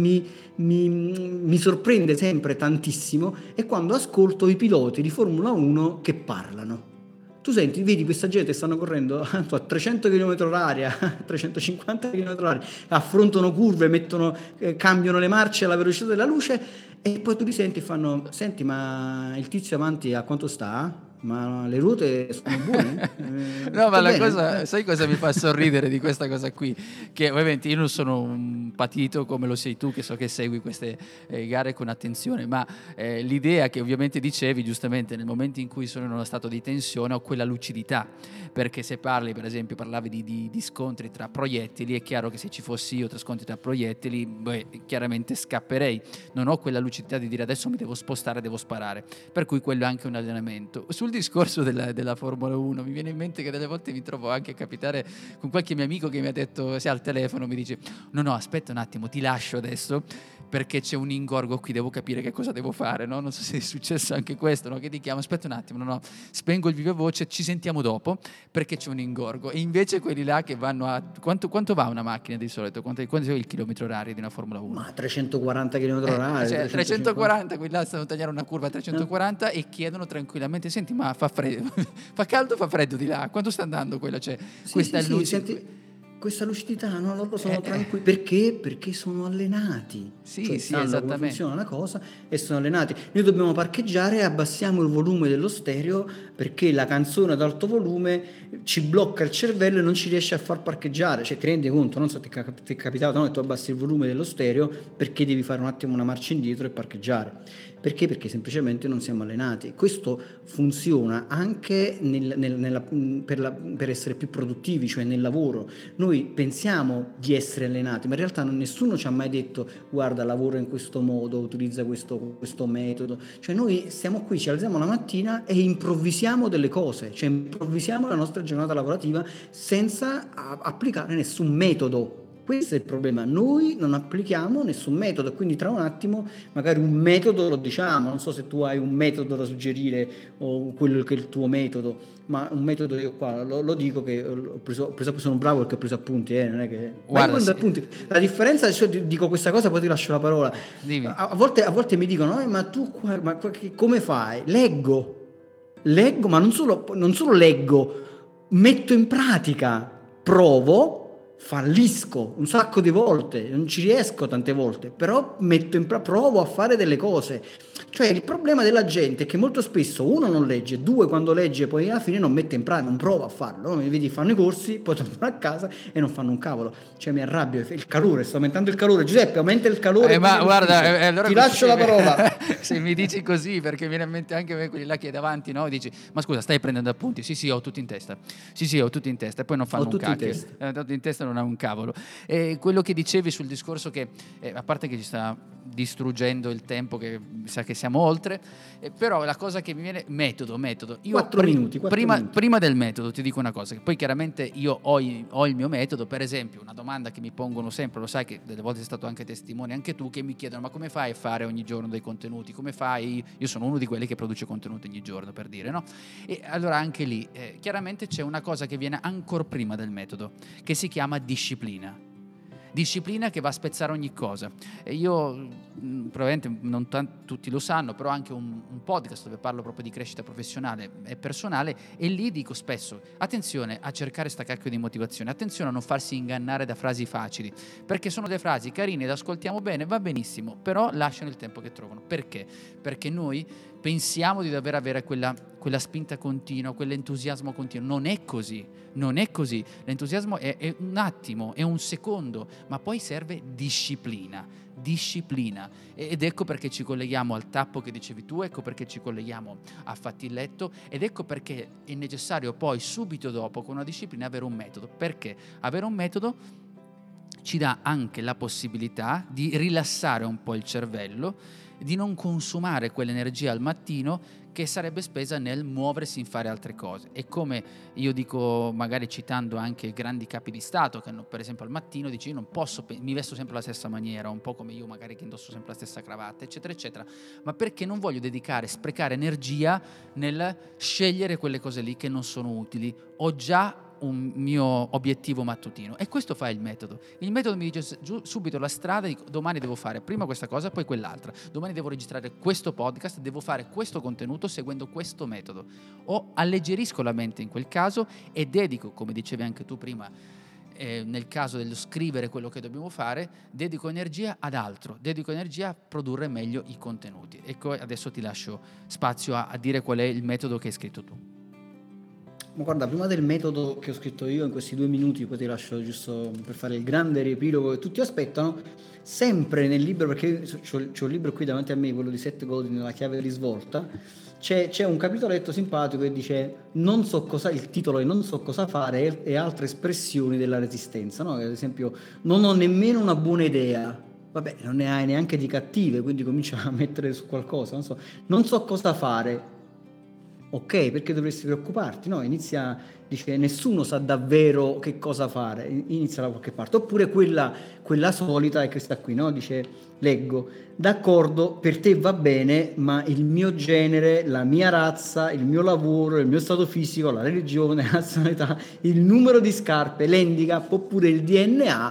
mi sorprende sempre tantissimo, è quando ascolto i piloti di Formula 1 che parlano. Tu vedi questa gente stanno correndo a 300 km/h, a 350 km/h, affrontano curve, cambiano le marce alla velocità della luce e poi tu li senti e fanno: senti, ma il tizio avanti a quanto sta? Ma le ruote sono buone? No, ma la bene? cosa, sai cosa mi fa sorridere di questa cosa qui? Che ovviamente io non sono un patito come lo sei tu, che so che segui queste gare con attenzione, ma l'idea che ovviamente dicevi giustamente, nel momento in cui sono in uno stato di tensione ho quella lucidità, perché se parlavi di scontri tra proiettili, è chiaro che se ci fossi io tra scontri tra proiettili, chiaramente scapperei, non ho quella lucidità di dire adesso mi devo spostare, devo sparare, per cui quello è anche un allenamento. Sul discorso della Formula 1 mi viene in mente che delle volte mi trovo anche a capitare con qualche mio amico che mi ha detto, se al telefono mi dice no aspetta un attimo, ti lascio adesso perché c'è un ingorgo qui, devo capire che cosa devo fare, no? Non so se è successo anche questo, no? Che ti chiamo, aspetta un attimo, no, spengo il viva voce, ci sentiamo dopo perché c'è un ingorgo. E invece quelli là che vanno a quanto va una macchina di solito? Quanto è il chilometro orario di una Formula 1? Ma 340 km/h, cioè 340, quelli là stanno tagliando una curva a 340 e chiedono tranquillamente: senti, ma fa freddo, fa caldo o fa freddo di là? Quanto sta andando quella? Cioè, questa luce. Senti, questa lucidità, no, loro sono tranquilli. Perché? Perché sono allenati. Sì, Cioè, sì, sanno come esattamente. funziona una cosa e sono allenati. Noi dobbiamo parcheggiare e abbassiamo il volume dello stereo perché la canzone ad alto volume ci blocca il cervello e non ci riesce a far parcheggiare. Cioè, ti rendi conto? Non so, ti è capitato, no, che tu abbassi il volume dello stereo perché devi fare un attimo una marcia indietro e parcheggiare. Perché? Perché semplicemente non siamo allenati. Questo funziona anche per essere più produttivi, cioè nel lavoro. Noi pensiamo di essere allenati, ma in realtà nessuno ci ha mai detto guarda, lavora in questo modo, utilizza questo metodo. Cioè noi stiamo qui, ci alziamo la mattina e improvvisiamo delle cose, cioè improvvisiamo la nostra giornata lavorativa senza applicare nessun metodo. Questo è il problema, noi non applichiamo nessun metodo, quindi tra un attimo magari un metodo lo diciamo, non so se tu hai un metodo da suggerire o quello che è il tuo metodo, ma un metodo io qua lo dico che ho preso, sono bravo perché ho preso appunti, non è che... Guarda, sì. Appunti. La differenza, cioè, dico questa cosa poi ti lascio la parola, Dimmi. a volte mi dicono, ma tu come fai? Leggo, ma non solo leggo, metto in pratica, provo, fallisco un sacco di volte, non ci riesco tante volte, però provo a fare delle cose. Cioè il problema della gente è che molto spesso uno non legge, due quando legge poi alla fine non mette in pratica, non prova a farlo, no? Mi vedi fanno i corsi, poi tornano a casa e non fanno un cavolo. Cioè mi arrabbio, il calore, sta aumentando il calore. Giuseppe, aumenta il calore. Ma guarda, allora ti lascio la parola. Se mi dici così, perché viene in mente anche a me quelli là che è davanti, no? Dici, ma scusa, stai prendendo appunti? Sì, ho tutto in testa. Sì, ho tutto in testa. E poi non fanno un cacchio. Tutto in testa non ha un cavolo. E quello che dicevi sul discorso che, a parte che ci sta distruggendo il tempo, che mi sa che siamo oltre, però la cosa che mi viene... Metodo. Io 4 minuti. Prima del metodo ti dico una cosa, che poi chiaramente io ho il mio metodo. Per esempio, una domanda che mi pongono sempre, lo sai che delle volte sei stato anche testimone, anche tu, che mi chiedono ma come fai a fare ogni giorno dei contenuti, come fai? Io sono uno di quelli che produce contenuti ogni giorno, per dire, no? E allora anche lì chiaramente c'è una cosa che viene ancora prima del metodo, che si chiama disciplina che va a spezzare ogni cosa. E io probabilmente non tutti lo sanno, però ho anche un podcast dove parlo proprio di crescita professionale e personale, e lì dico spesso attenzione a cercare sta cacchio di motivazione, attenzione a non farsi ingannare da frasi facili, perché sono delle frasi carine, le ascoltiamo bene, va benissimo, però lasciano il tempo che trovano. Perché? Perché noi pensiamo di dover avere quella spinta continua, quell'entusiasmo continuo. Non è così. L'entusiasmo è un attimo, è un secondo, ma poi serve disciplina. Ed ecco perché ci colleghiamo al tappo che dicevi tu, ecco perché ci colleghiamo a fatti il letto, ed ecco perché è necessario poi subito dopo, con una disciplina, avere un metodo. Perché avere un metodo ci dà anche la possibilità di rilassare un po' il cervello, di non consumare quell'energia al mattino che sarebbe spesa nel muoversi in fare altre cose. E come io dico, magari citando anche grandi capi di Stato che hanno, per esempio al mattino dici io non posso, mi vesto sempre alla stessa maniera, un po' come io magari che indosso sempre la stessa cravatta, eccetera eccetera, ma perché non voglio sprecare energia nel scegliere quelle cose lì che non sono utili. Ho già un mio obiettivo mattutino, e questo fa il metodo. Il metodo mi dice subito la strada, dico, domani devo fare prima questa cosa, poi quell'altra, domani devo registrare questo podcast, devo fare questo contenuto seguendo questo metodo, o alleggerisco la mente in quel caso e dedico, come dicevi anche tu prima, nel caso dello scrivere quello che dobbiamo fare, dedico energia ad altro, dedico energia a produrre meglio i contenuti. Ecco, adesso ti lascio spazio a dire qual è il metodo che hai scritto tu. Ma guarda, prima del metodo che ho scritto io in questi 2 minuti, poi ti lascio giusto per fare il grande riepilogo che tutti aspettano, sempre nel libro, perché c'ho il libro qui davanti a me, quello di Seth Godin, La chiave di svolta, c'è un capitoletto simpatico che dice il titolo è Non so cosa fare e altre espressioni della resistenza, no? Ad esempio, non ho nemmeno una buona idea. Vabbè, non ne hai neanche di cattive, quindi comincia a mettere su qualcosa, non so cosa fare. Ok, perché dovresti preoccuparti? No, dice nessuno sa davvero che cosa fare, inizia da qualche parte. Oppure quella solita è questa qui, no? Dice, leggo, d'accordo, per te va bene, ma il mio genere, la mia razza, il mio lavoro, il mio stato fisico, la religione, la nazionalità, il numero di scarpe, l'handicap oppure il DNA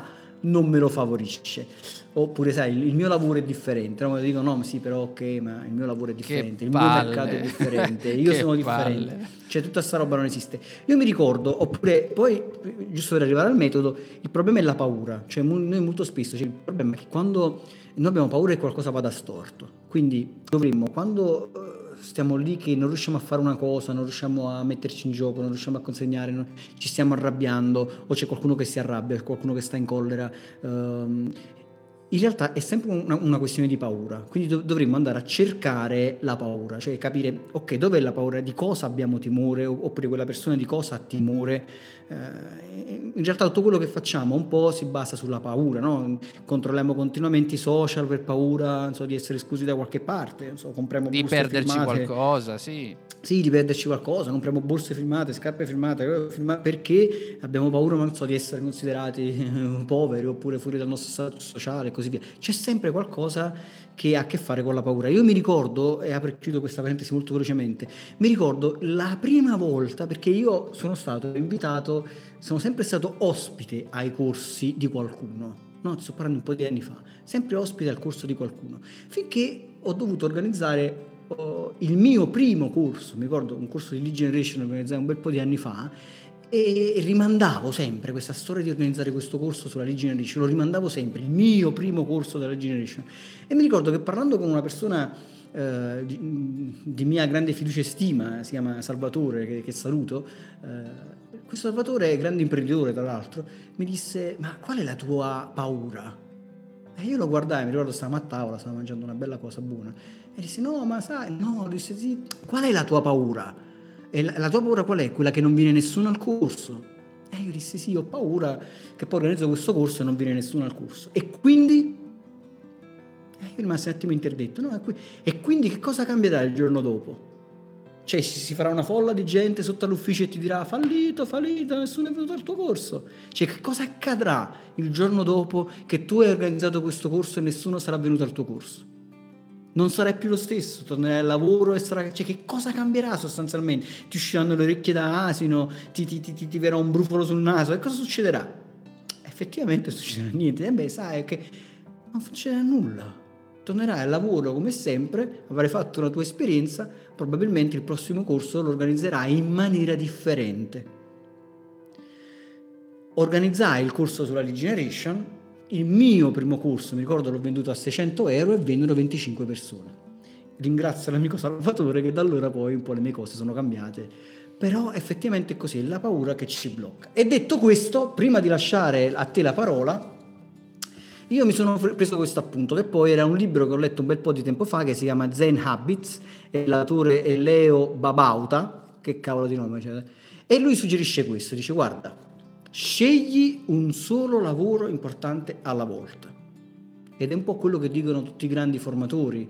non me lo favorisce. Oppure sai, il mio lavoro è differente, no? Dico no, sì, però ok, ma il mio lavoro è differente, il mio mercato è differente, io sono differente, cioè tutta sta roba non esiste. Io mi ricordo, oppure poi, giusto per arrivare al metodo, il problema è la paura, cioè noi molto spesso, cioè, il problema è che quando noi abbiamo paura che qualcosa vada storto, quindi dovremmo, quando stiamo lì che non riusciamo a fare una cosa, non riusciamo a metterci in gioco, non riusciamo a consegnare, ci stiamo arrabbiando, o c'è qualcuno che si arrabbia, qualcuno che sta in collera, in realtà è sempre una questione di paura, quindi dovremmo andare a cercare la paura, cioè capire, ok, dov'è la paura, di cosa abbiamo timore, oppure quella persona di cosa ha timore. In realtà tutto quello che facciamo un po' si basa sulla paura, no? Controlliamo continuamente i social per paura, non so, di essere esclusi da qualche parte, non so, compriamo di borse perderci firmate. qualcosa, sì. Sì, di perderci qualcosa, compriamo borse firmate, scarpe firmate, perché abbiamo paura, non so, di essere considerati poveri oppure fuori dal nostro stato sociale e così via. C'è sempre qualcosa che ha a che fare con la paura. Io mi ricordo, e apro e chiudo questa parentesi molto velocemente, mi ricordo la prima volta, perché io sono stato invitato, sono sempre stato ospite ai corsi di qualcuno, no? Sto parlando un po' di anni fa, sempre ospite al corso di qualcuno, finché ho dovuto organizzare il mio primo corso, mi ricordo un corso di lead generation organizzato un bel po' di anni fa, e rimandavo sempre questa storia di organizzare questo corso sulla lead generation, lo rimandavo sempre, il mio primo corso della lead generation, e mi ricordo che parlando con una persona di mia grande fiducia e stima, si chiama Salvatore, che saluto, questo Salvatore è grande imprenditore tra l'altro, mi disse: ma qual è la tua paura? E io lo guardai, mi ricordo stavamo a tavola, stavo mangiando una bella cosa buona, e disse: no, ma sai, no, disse sì, qual è la tua paura? E la tua paura qual è? Quella che non viene nessuno al corso? E io dissi: sì, ho paura che poi organizzo questo corso e non viene nessuno al corso. E quindi? E io rimasi un attimo interdetto, no? E quindi che cosa cambierà il giorno dopo? Cioè si farà una folla di gente sotto all'ufficio e ti dirà: fallito, nessuno è venuto al tuo corso. Cioè che cosa accadrà il giorno dopo che tu hai organizzato questo corso e nessuno sarà venuto al tuo corso? Non sarai più lo stesso, tornerai al lavoro e cioè che cosa cambierà sostanzialmente? Ti usciranno le orecchie da asino, ti verrà un brufolo sul naso, e cosa succederà? Effettivamente non succederà niente, beh, sai che non succederà nulla. Tornerai al lavoro come sempre, avrai fatto la tua esperienza, probabilmente il prossimo corso lo organizzerai in maniera differente. Organizzai il corso sulla lead generation, il mio primo corso, mi ricordo, l'ho venduto a 600 euro e vennero 25 persone. Ringrazio l'amico Salvatore che da allora poi un po' le mie cose sono cambiate, però effettivamente è così, è la paura che ci blocca. E detto questo, prima di lasciare a te la parola, io mi sono preso questo appunto, che poi era un libro che ho letto un bel po' di tempo fa, che si chiama Zen Habits, e l'autore è Leo Babauta, che cavolo di nome, cioè, e lui suggerisce questo, dice: guarda, scegli un solo lavoro importante alla volta. Ed è un po' quello che dicono tutti i grandi formatori,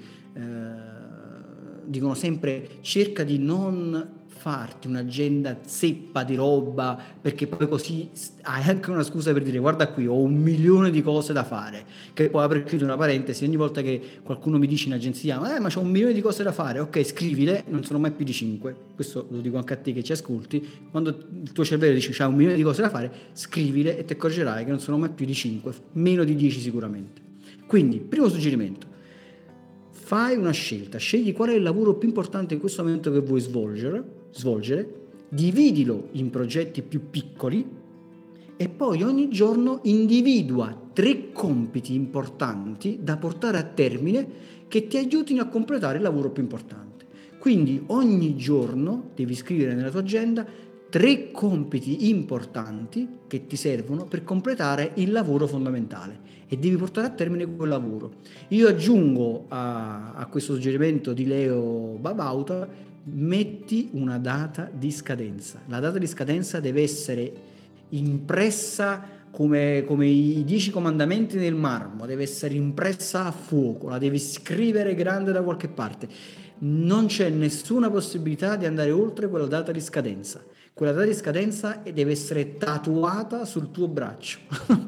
dicono sempre: cerca di non farti un'agenda zeppa di roba, perché poi così hai anche una scusa per dire: guarda qui, ho 1 milione di cose da fare. Che poi apro e chiudo una parentesi, ogni volta che qualcuno mi dice in agenzia: ma c'ho 1 milione di cose da fare, ok, scrivile, non sono mai più di 5. Questo lo dico anche a te che ci ascolti: quando il tuo cervello dice c'hai 1 milione di cose da fare, scrivile e ti accorgerai che non sono mai più di 5, meno di 10 sicuramente. Quindi, primo suggerimento: fai una scelta, scegli qual è il lavoro più importante in questo momento che vuoi svolgere, dividilo in progetti più piccoli e poi ogni giorno individua 3 compiti importanti da portare a termine che ti aiutino a completare il lavoro più importante. Quindi ogni giorno devi scrivere nella tua agenda 3 compiti importanti che ti servono per completare il lavoro fondamentale e devi portare a termine quel lavoro. Io aggiungo a questo suggerimento di Leo Babauta: metti una data di scadenza. La data di scadenza deve essere impressa come i 10 comandamenti nel marmo, deve essere impressa a fuoco, la devi scrivere grande da qualche parte. Non c'è nessuna possibilità di andare oltre quella data di scadenza. Quella data di scadenza deve essere tatuata sul tuo braccio,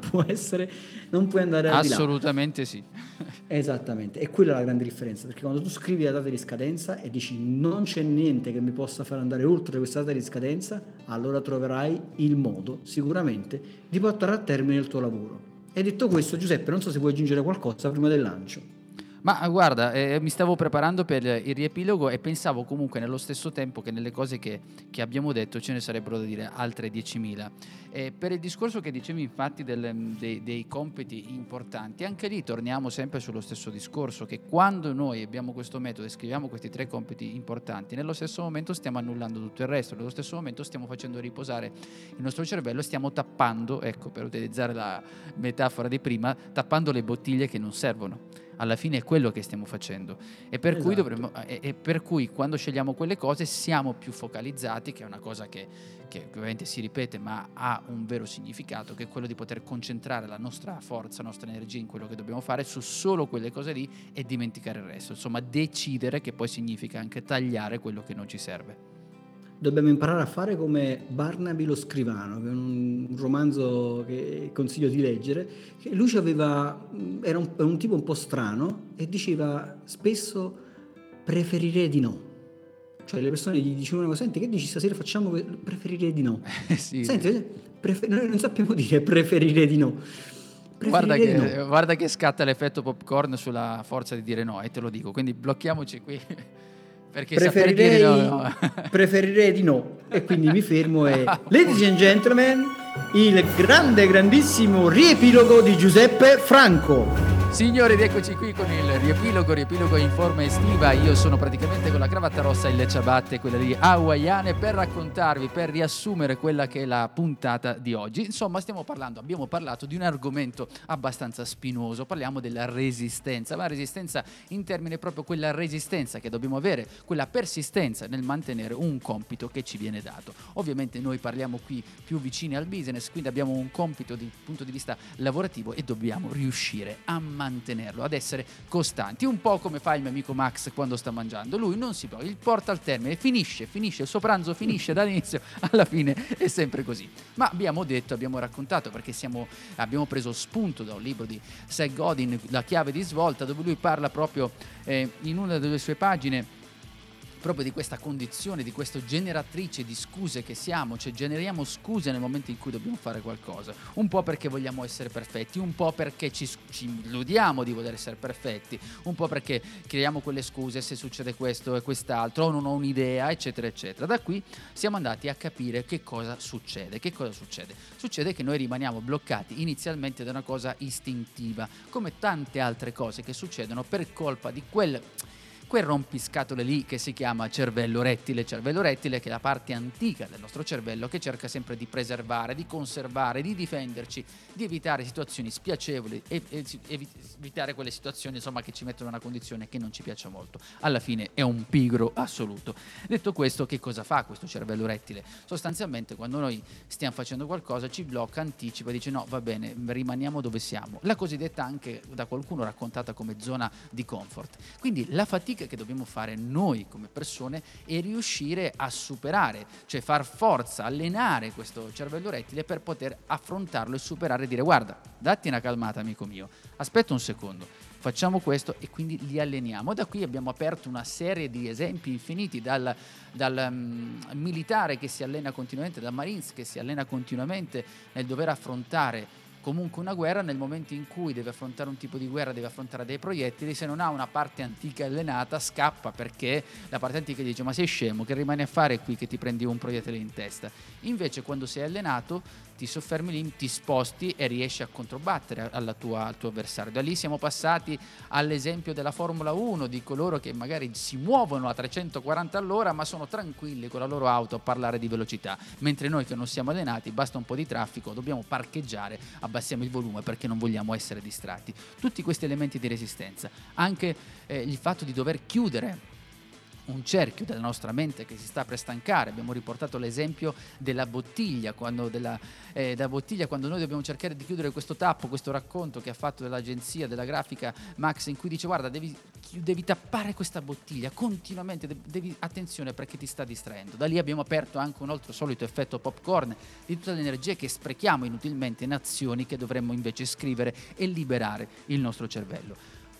non puoi andare al di là. Assolutamente sì. Esattamente, e quella è la grande differenza, perché quando tu scrivi la data di scadenza e dici non c'è niente che mi possa far andare oltre questa data di scadenza, allora troverai il modo sicuramente di portare a termine il tuo lavoro. E detto questo, Giuseppe, non so se vuoi aggiungere qualcosa prima del lancio. Ma guarda, mi stavo preparando per il riepilogo e pensavo comunque nello stesso tempo che nelle cose che abbiamo detto ce ne sarebbero da dire altre 10.000. Per il discorso che dicevi infatti dei compiti importanti, anche lì torniamo sempre sullo stesso discorso, che quando noi abbiamo questo metodo e scriviamo questi 3 compiti importanti, nello stesso momento stiamo annullando tutto il resto, nello stesso momento stiamo facendo riposare il nostro cervello, stiamo tappando, ecco, per utilizzare la metafora di prima, tappando le bottiglie che non servono. Alla fine è quello che stiamo facendo e per cui per cui quando scegliamo quelle cose siamo più focalizzati, che è una cosa che ovviamente si ripete ma ha un vero significato, che è quello di poter concentrare la nostra forza, la nostra energia in quello che dobbiamo fare su solo quelle cose lì e dimenticare il resto, insomma decidere, che poi significa anche tagliare quello che non ci serve. Dobbiamo imparare a fare come Barnaby lo scrivano, che è un romanzo che consiglio di leggere, che lui era un tipo un po' strano e diceva spesso preferirei di no. Cioè le persone gli dicevano: senti, che dici stasera facciamo preferirei di no. Sì. Senti, noi non sappiamo dire preferirei di no. Guarda che scatta l'effetto popcorn sulla forza di dire no, e te lo dico, quindi blocchiamoci qui. Perché preferirei di no, e quindi mi fermo e ladies and gentlemen, il grandissimo riepilogo di Giuseppe Franco. Signori, eccoci qui con il riepilogo in forma estiva. Io sono praticamente con la cravatta rossa e le ciabatte, quelle lì hawaiane, per raccontarvi, per riassumere quella che è la puntata di oggi. Insomma, abbiamo parlato di un argomento abbastanza spinoso, parliamo della resistenza, ma resistenza in termini proprio quella resistenza che dobbiamo avere, quella persistenza nel mantenere un compito che ci viene dato. Ovviamente noi parliamo qui più vicini al business, quindi abbiamo un compito dal punto di vista lavorativo e dobbiamo riuscire a mantenerlo, ad essere costanti, un po' come fa il mio amico Max quando sta mangiando. Lui non si il porta al termine, finisce, il suo pranzo finisce dall'inizio alla fine, è sempre così. Ma abbiamo raccontato, perché abbiamo preso spunto da un libro di Seth Godin, La chiave di svolta, dove lui parla proprio in una delle sue pagine proprio di questa condizione, di questo generatrice di scuse che siamo, cioè generiamo scuse nel momento in cui dobbiamo fare qualcosa, un po' perché vogliamo essere perfetti, un po' perché ci illudiamo di voler essere perfetti, un po' perché creiamo quelle scuse se succede questo e quest'altro, o non ho un'idea, eccetera eccetera. Da qui siamo andati a capire che cosa succede. Succede che noi rimaniamo bloccati inizialmente da una cosa istintiva, come tante altre cose che succedono per colpa di quel rompiscatole lì che si chiama cervello rettile, che è la parte antica del nostro cervello che cerca sempre di preservare, di conservare, di difenderci, di evitare situazioni spiacevoli e evitare quelle situazioni, insomma, che ci mettono in una condizione che non ci piace molto. Alla fine è un pigro assoluto. Detto questo, che cosa fa questo cervello rettile? Sostanzialmente quando noi stiamo facendo qualcosa ci blocca, anticipa, dice no, va bene, rimaniamo dove siamo. La cosiddetta, anche da qualcuno raccontata come zona di comfort. Quindi la fatica che dobbiamo fare noi come persone è riuscire a superare, cioè far forza, allenare questo cervello rettile per poter affrontarlo e superare e dire: guarda, datti una calmata amico mio, aspetta un secondo, facciamo questo, e quindi li alleniamo. Da qui abbiamo aperto una serie di esempi infiniti, dal militare che si allena continuamente, dal Marines che si allena continuamente nel dover affrontare comunque una guerra, nel momento in cui deve affrontare un tipo di guerra, deve affrontare dei proiettili, se non ha una parte antica allenata scappa, perché la parte antica dice: ma sei scemo, che rimani a fare qui che ti prendi un proiettile in testa? Invece quando sei allenato ti soffermi lì, ti sposti e riesci a controbattere al tuo avversario. Da lì siamo passati all'esempio della Formula 1, di coloro che magari si muovono a 340 all'ora ma sono tranquilli con la loro auto a parlare di velocità, mentre noi che non siamo allenati, basta un po' di traffico, dobbiamo parcheggiare, abbassiamo il volume perché non vogliamo essere distratti. Tutti questi elementi di resistenza, anche il fatto di dover chiudere un cerchio della nostra mente che si sta per stancare. Abbiamo riportato l'esempio della bottiglia, quando noi dobbiamo cercare di chiudere questo tappo, questo racconto che ha fatto dell'agenzia della grafica Max, in cui dice: guarda, devi tappare questa bottiglia continuamente, attenzione perché ti sta distraendo. Da lì abbiamo aperto anche un altro solito effetto popcorn di tutte le energie che sprechiamo inutilmente in azioni che dovremmo invece scrivere e liberare il nostro cervello.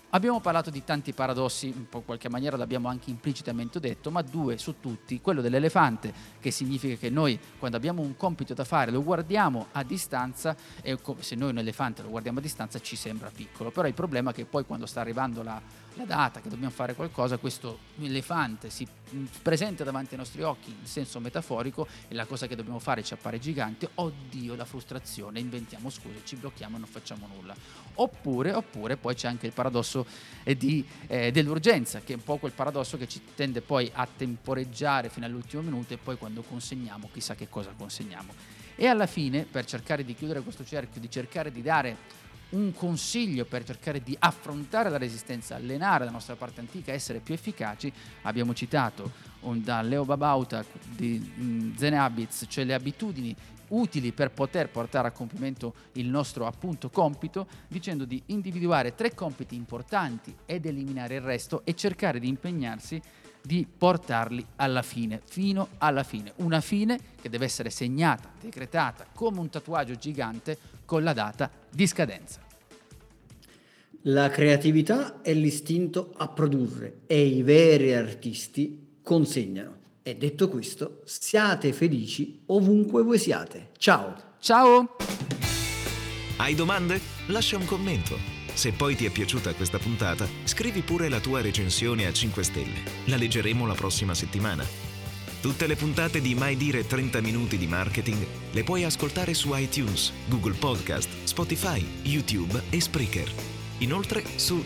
Abbiamo parlato di tanti paradossi, in qualche maniera l'abbiamo anche implicitamente detto, ma 2 su tutti, quello dell'elefante, che significa che noi quando abbiamo un compito da fare lo guardiamo a distanza, e se noi un elefante lo guardiamo a distanza ci sembra piccolo, però il problema è che poi quando sta arrivando la data che dobbiamo fare qualcosa, questo elefante si presenta davanti ai nostri occhi in senso metaforico e la cosa che dobbiamo fare ci appare gigante. Oddio, la frustrazione, inventiamo scuse, ci blocchiamo e non facciamo nulla. Oppure poi c'è anche il paradosso dell'urgenza, che è un po' quel paradosso che ci tende poi a temporeggiare fino all'ultimo minuto e poi quando consegniamo chissà che cosa consegniamo. E alla fine, per cercare di chiudere questo cerchio, di cercare di dare un consiglio per cercare di affrontare la resistenza, allenare la nostra parte antica, essere più efficaci, abbiamo citato da Leo Babauta di Zen Habits, cioè le abitudini utili per poter portare a compimento il nostro appunto compito, dicendo di individuare 3 compiti importanti ed eliminare il resto e cercare di impegnarsi di portarli alla fine, fino alla fine. Una fine che deve essere segnata, decretata come un tatuaggio gigante con la data di scadenza. La creatività è l'istinto a produrre e i veri artisti consegnano. E detto questo, siate felici ovunque voi siate. Ciao! Ciao! Hai domande? Lascia un commento. Se poi ti è piaciuta questa puntata, scrivi pure la tua recensione a 5 stelle. La leggeremo la prossima settimana. Tutte le puntate di Mai Dire 30 Minuti di Marketing le puoi ascoltare su iTunes, Google Podcast, Spotify, YouTube e Spreaker. Inoltre su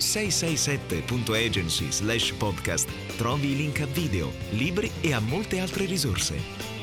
667.agency/podcast trovi i link a video, libri e a molte altre risorse.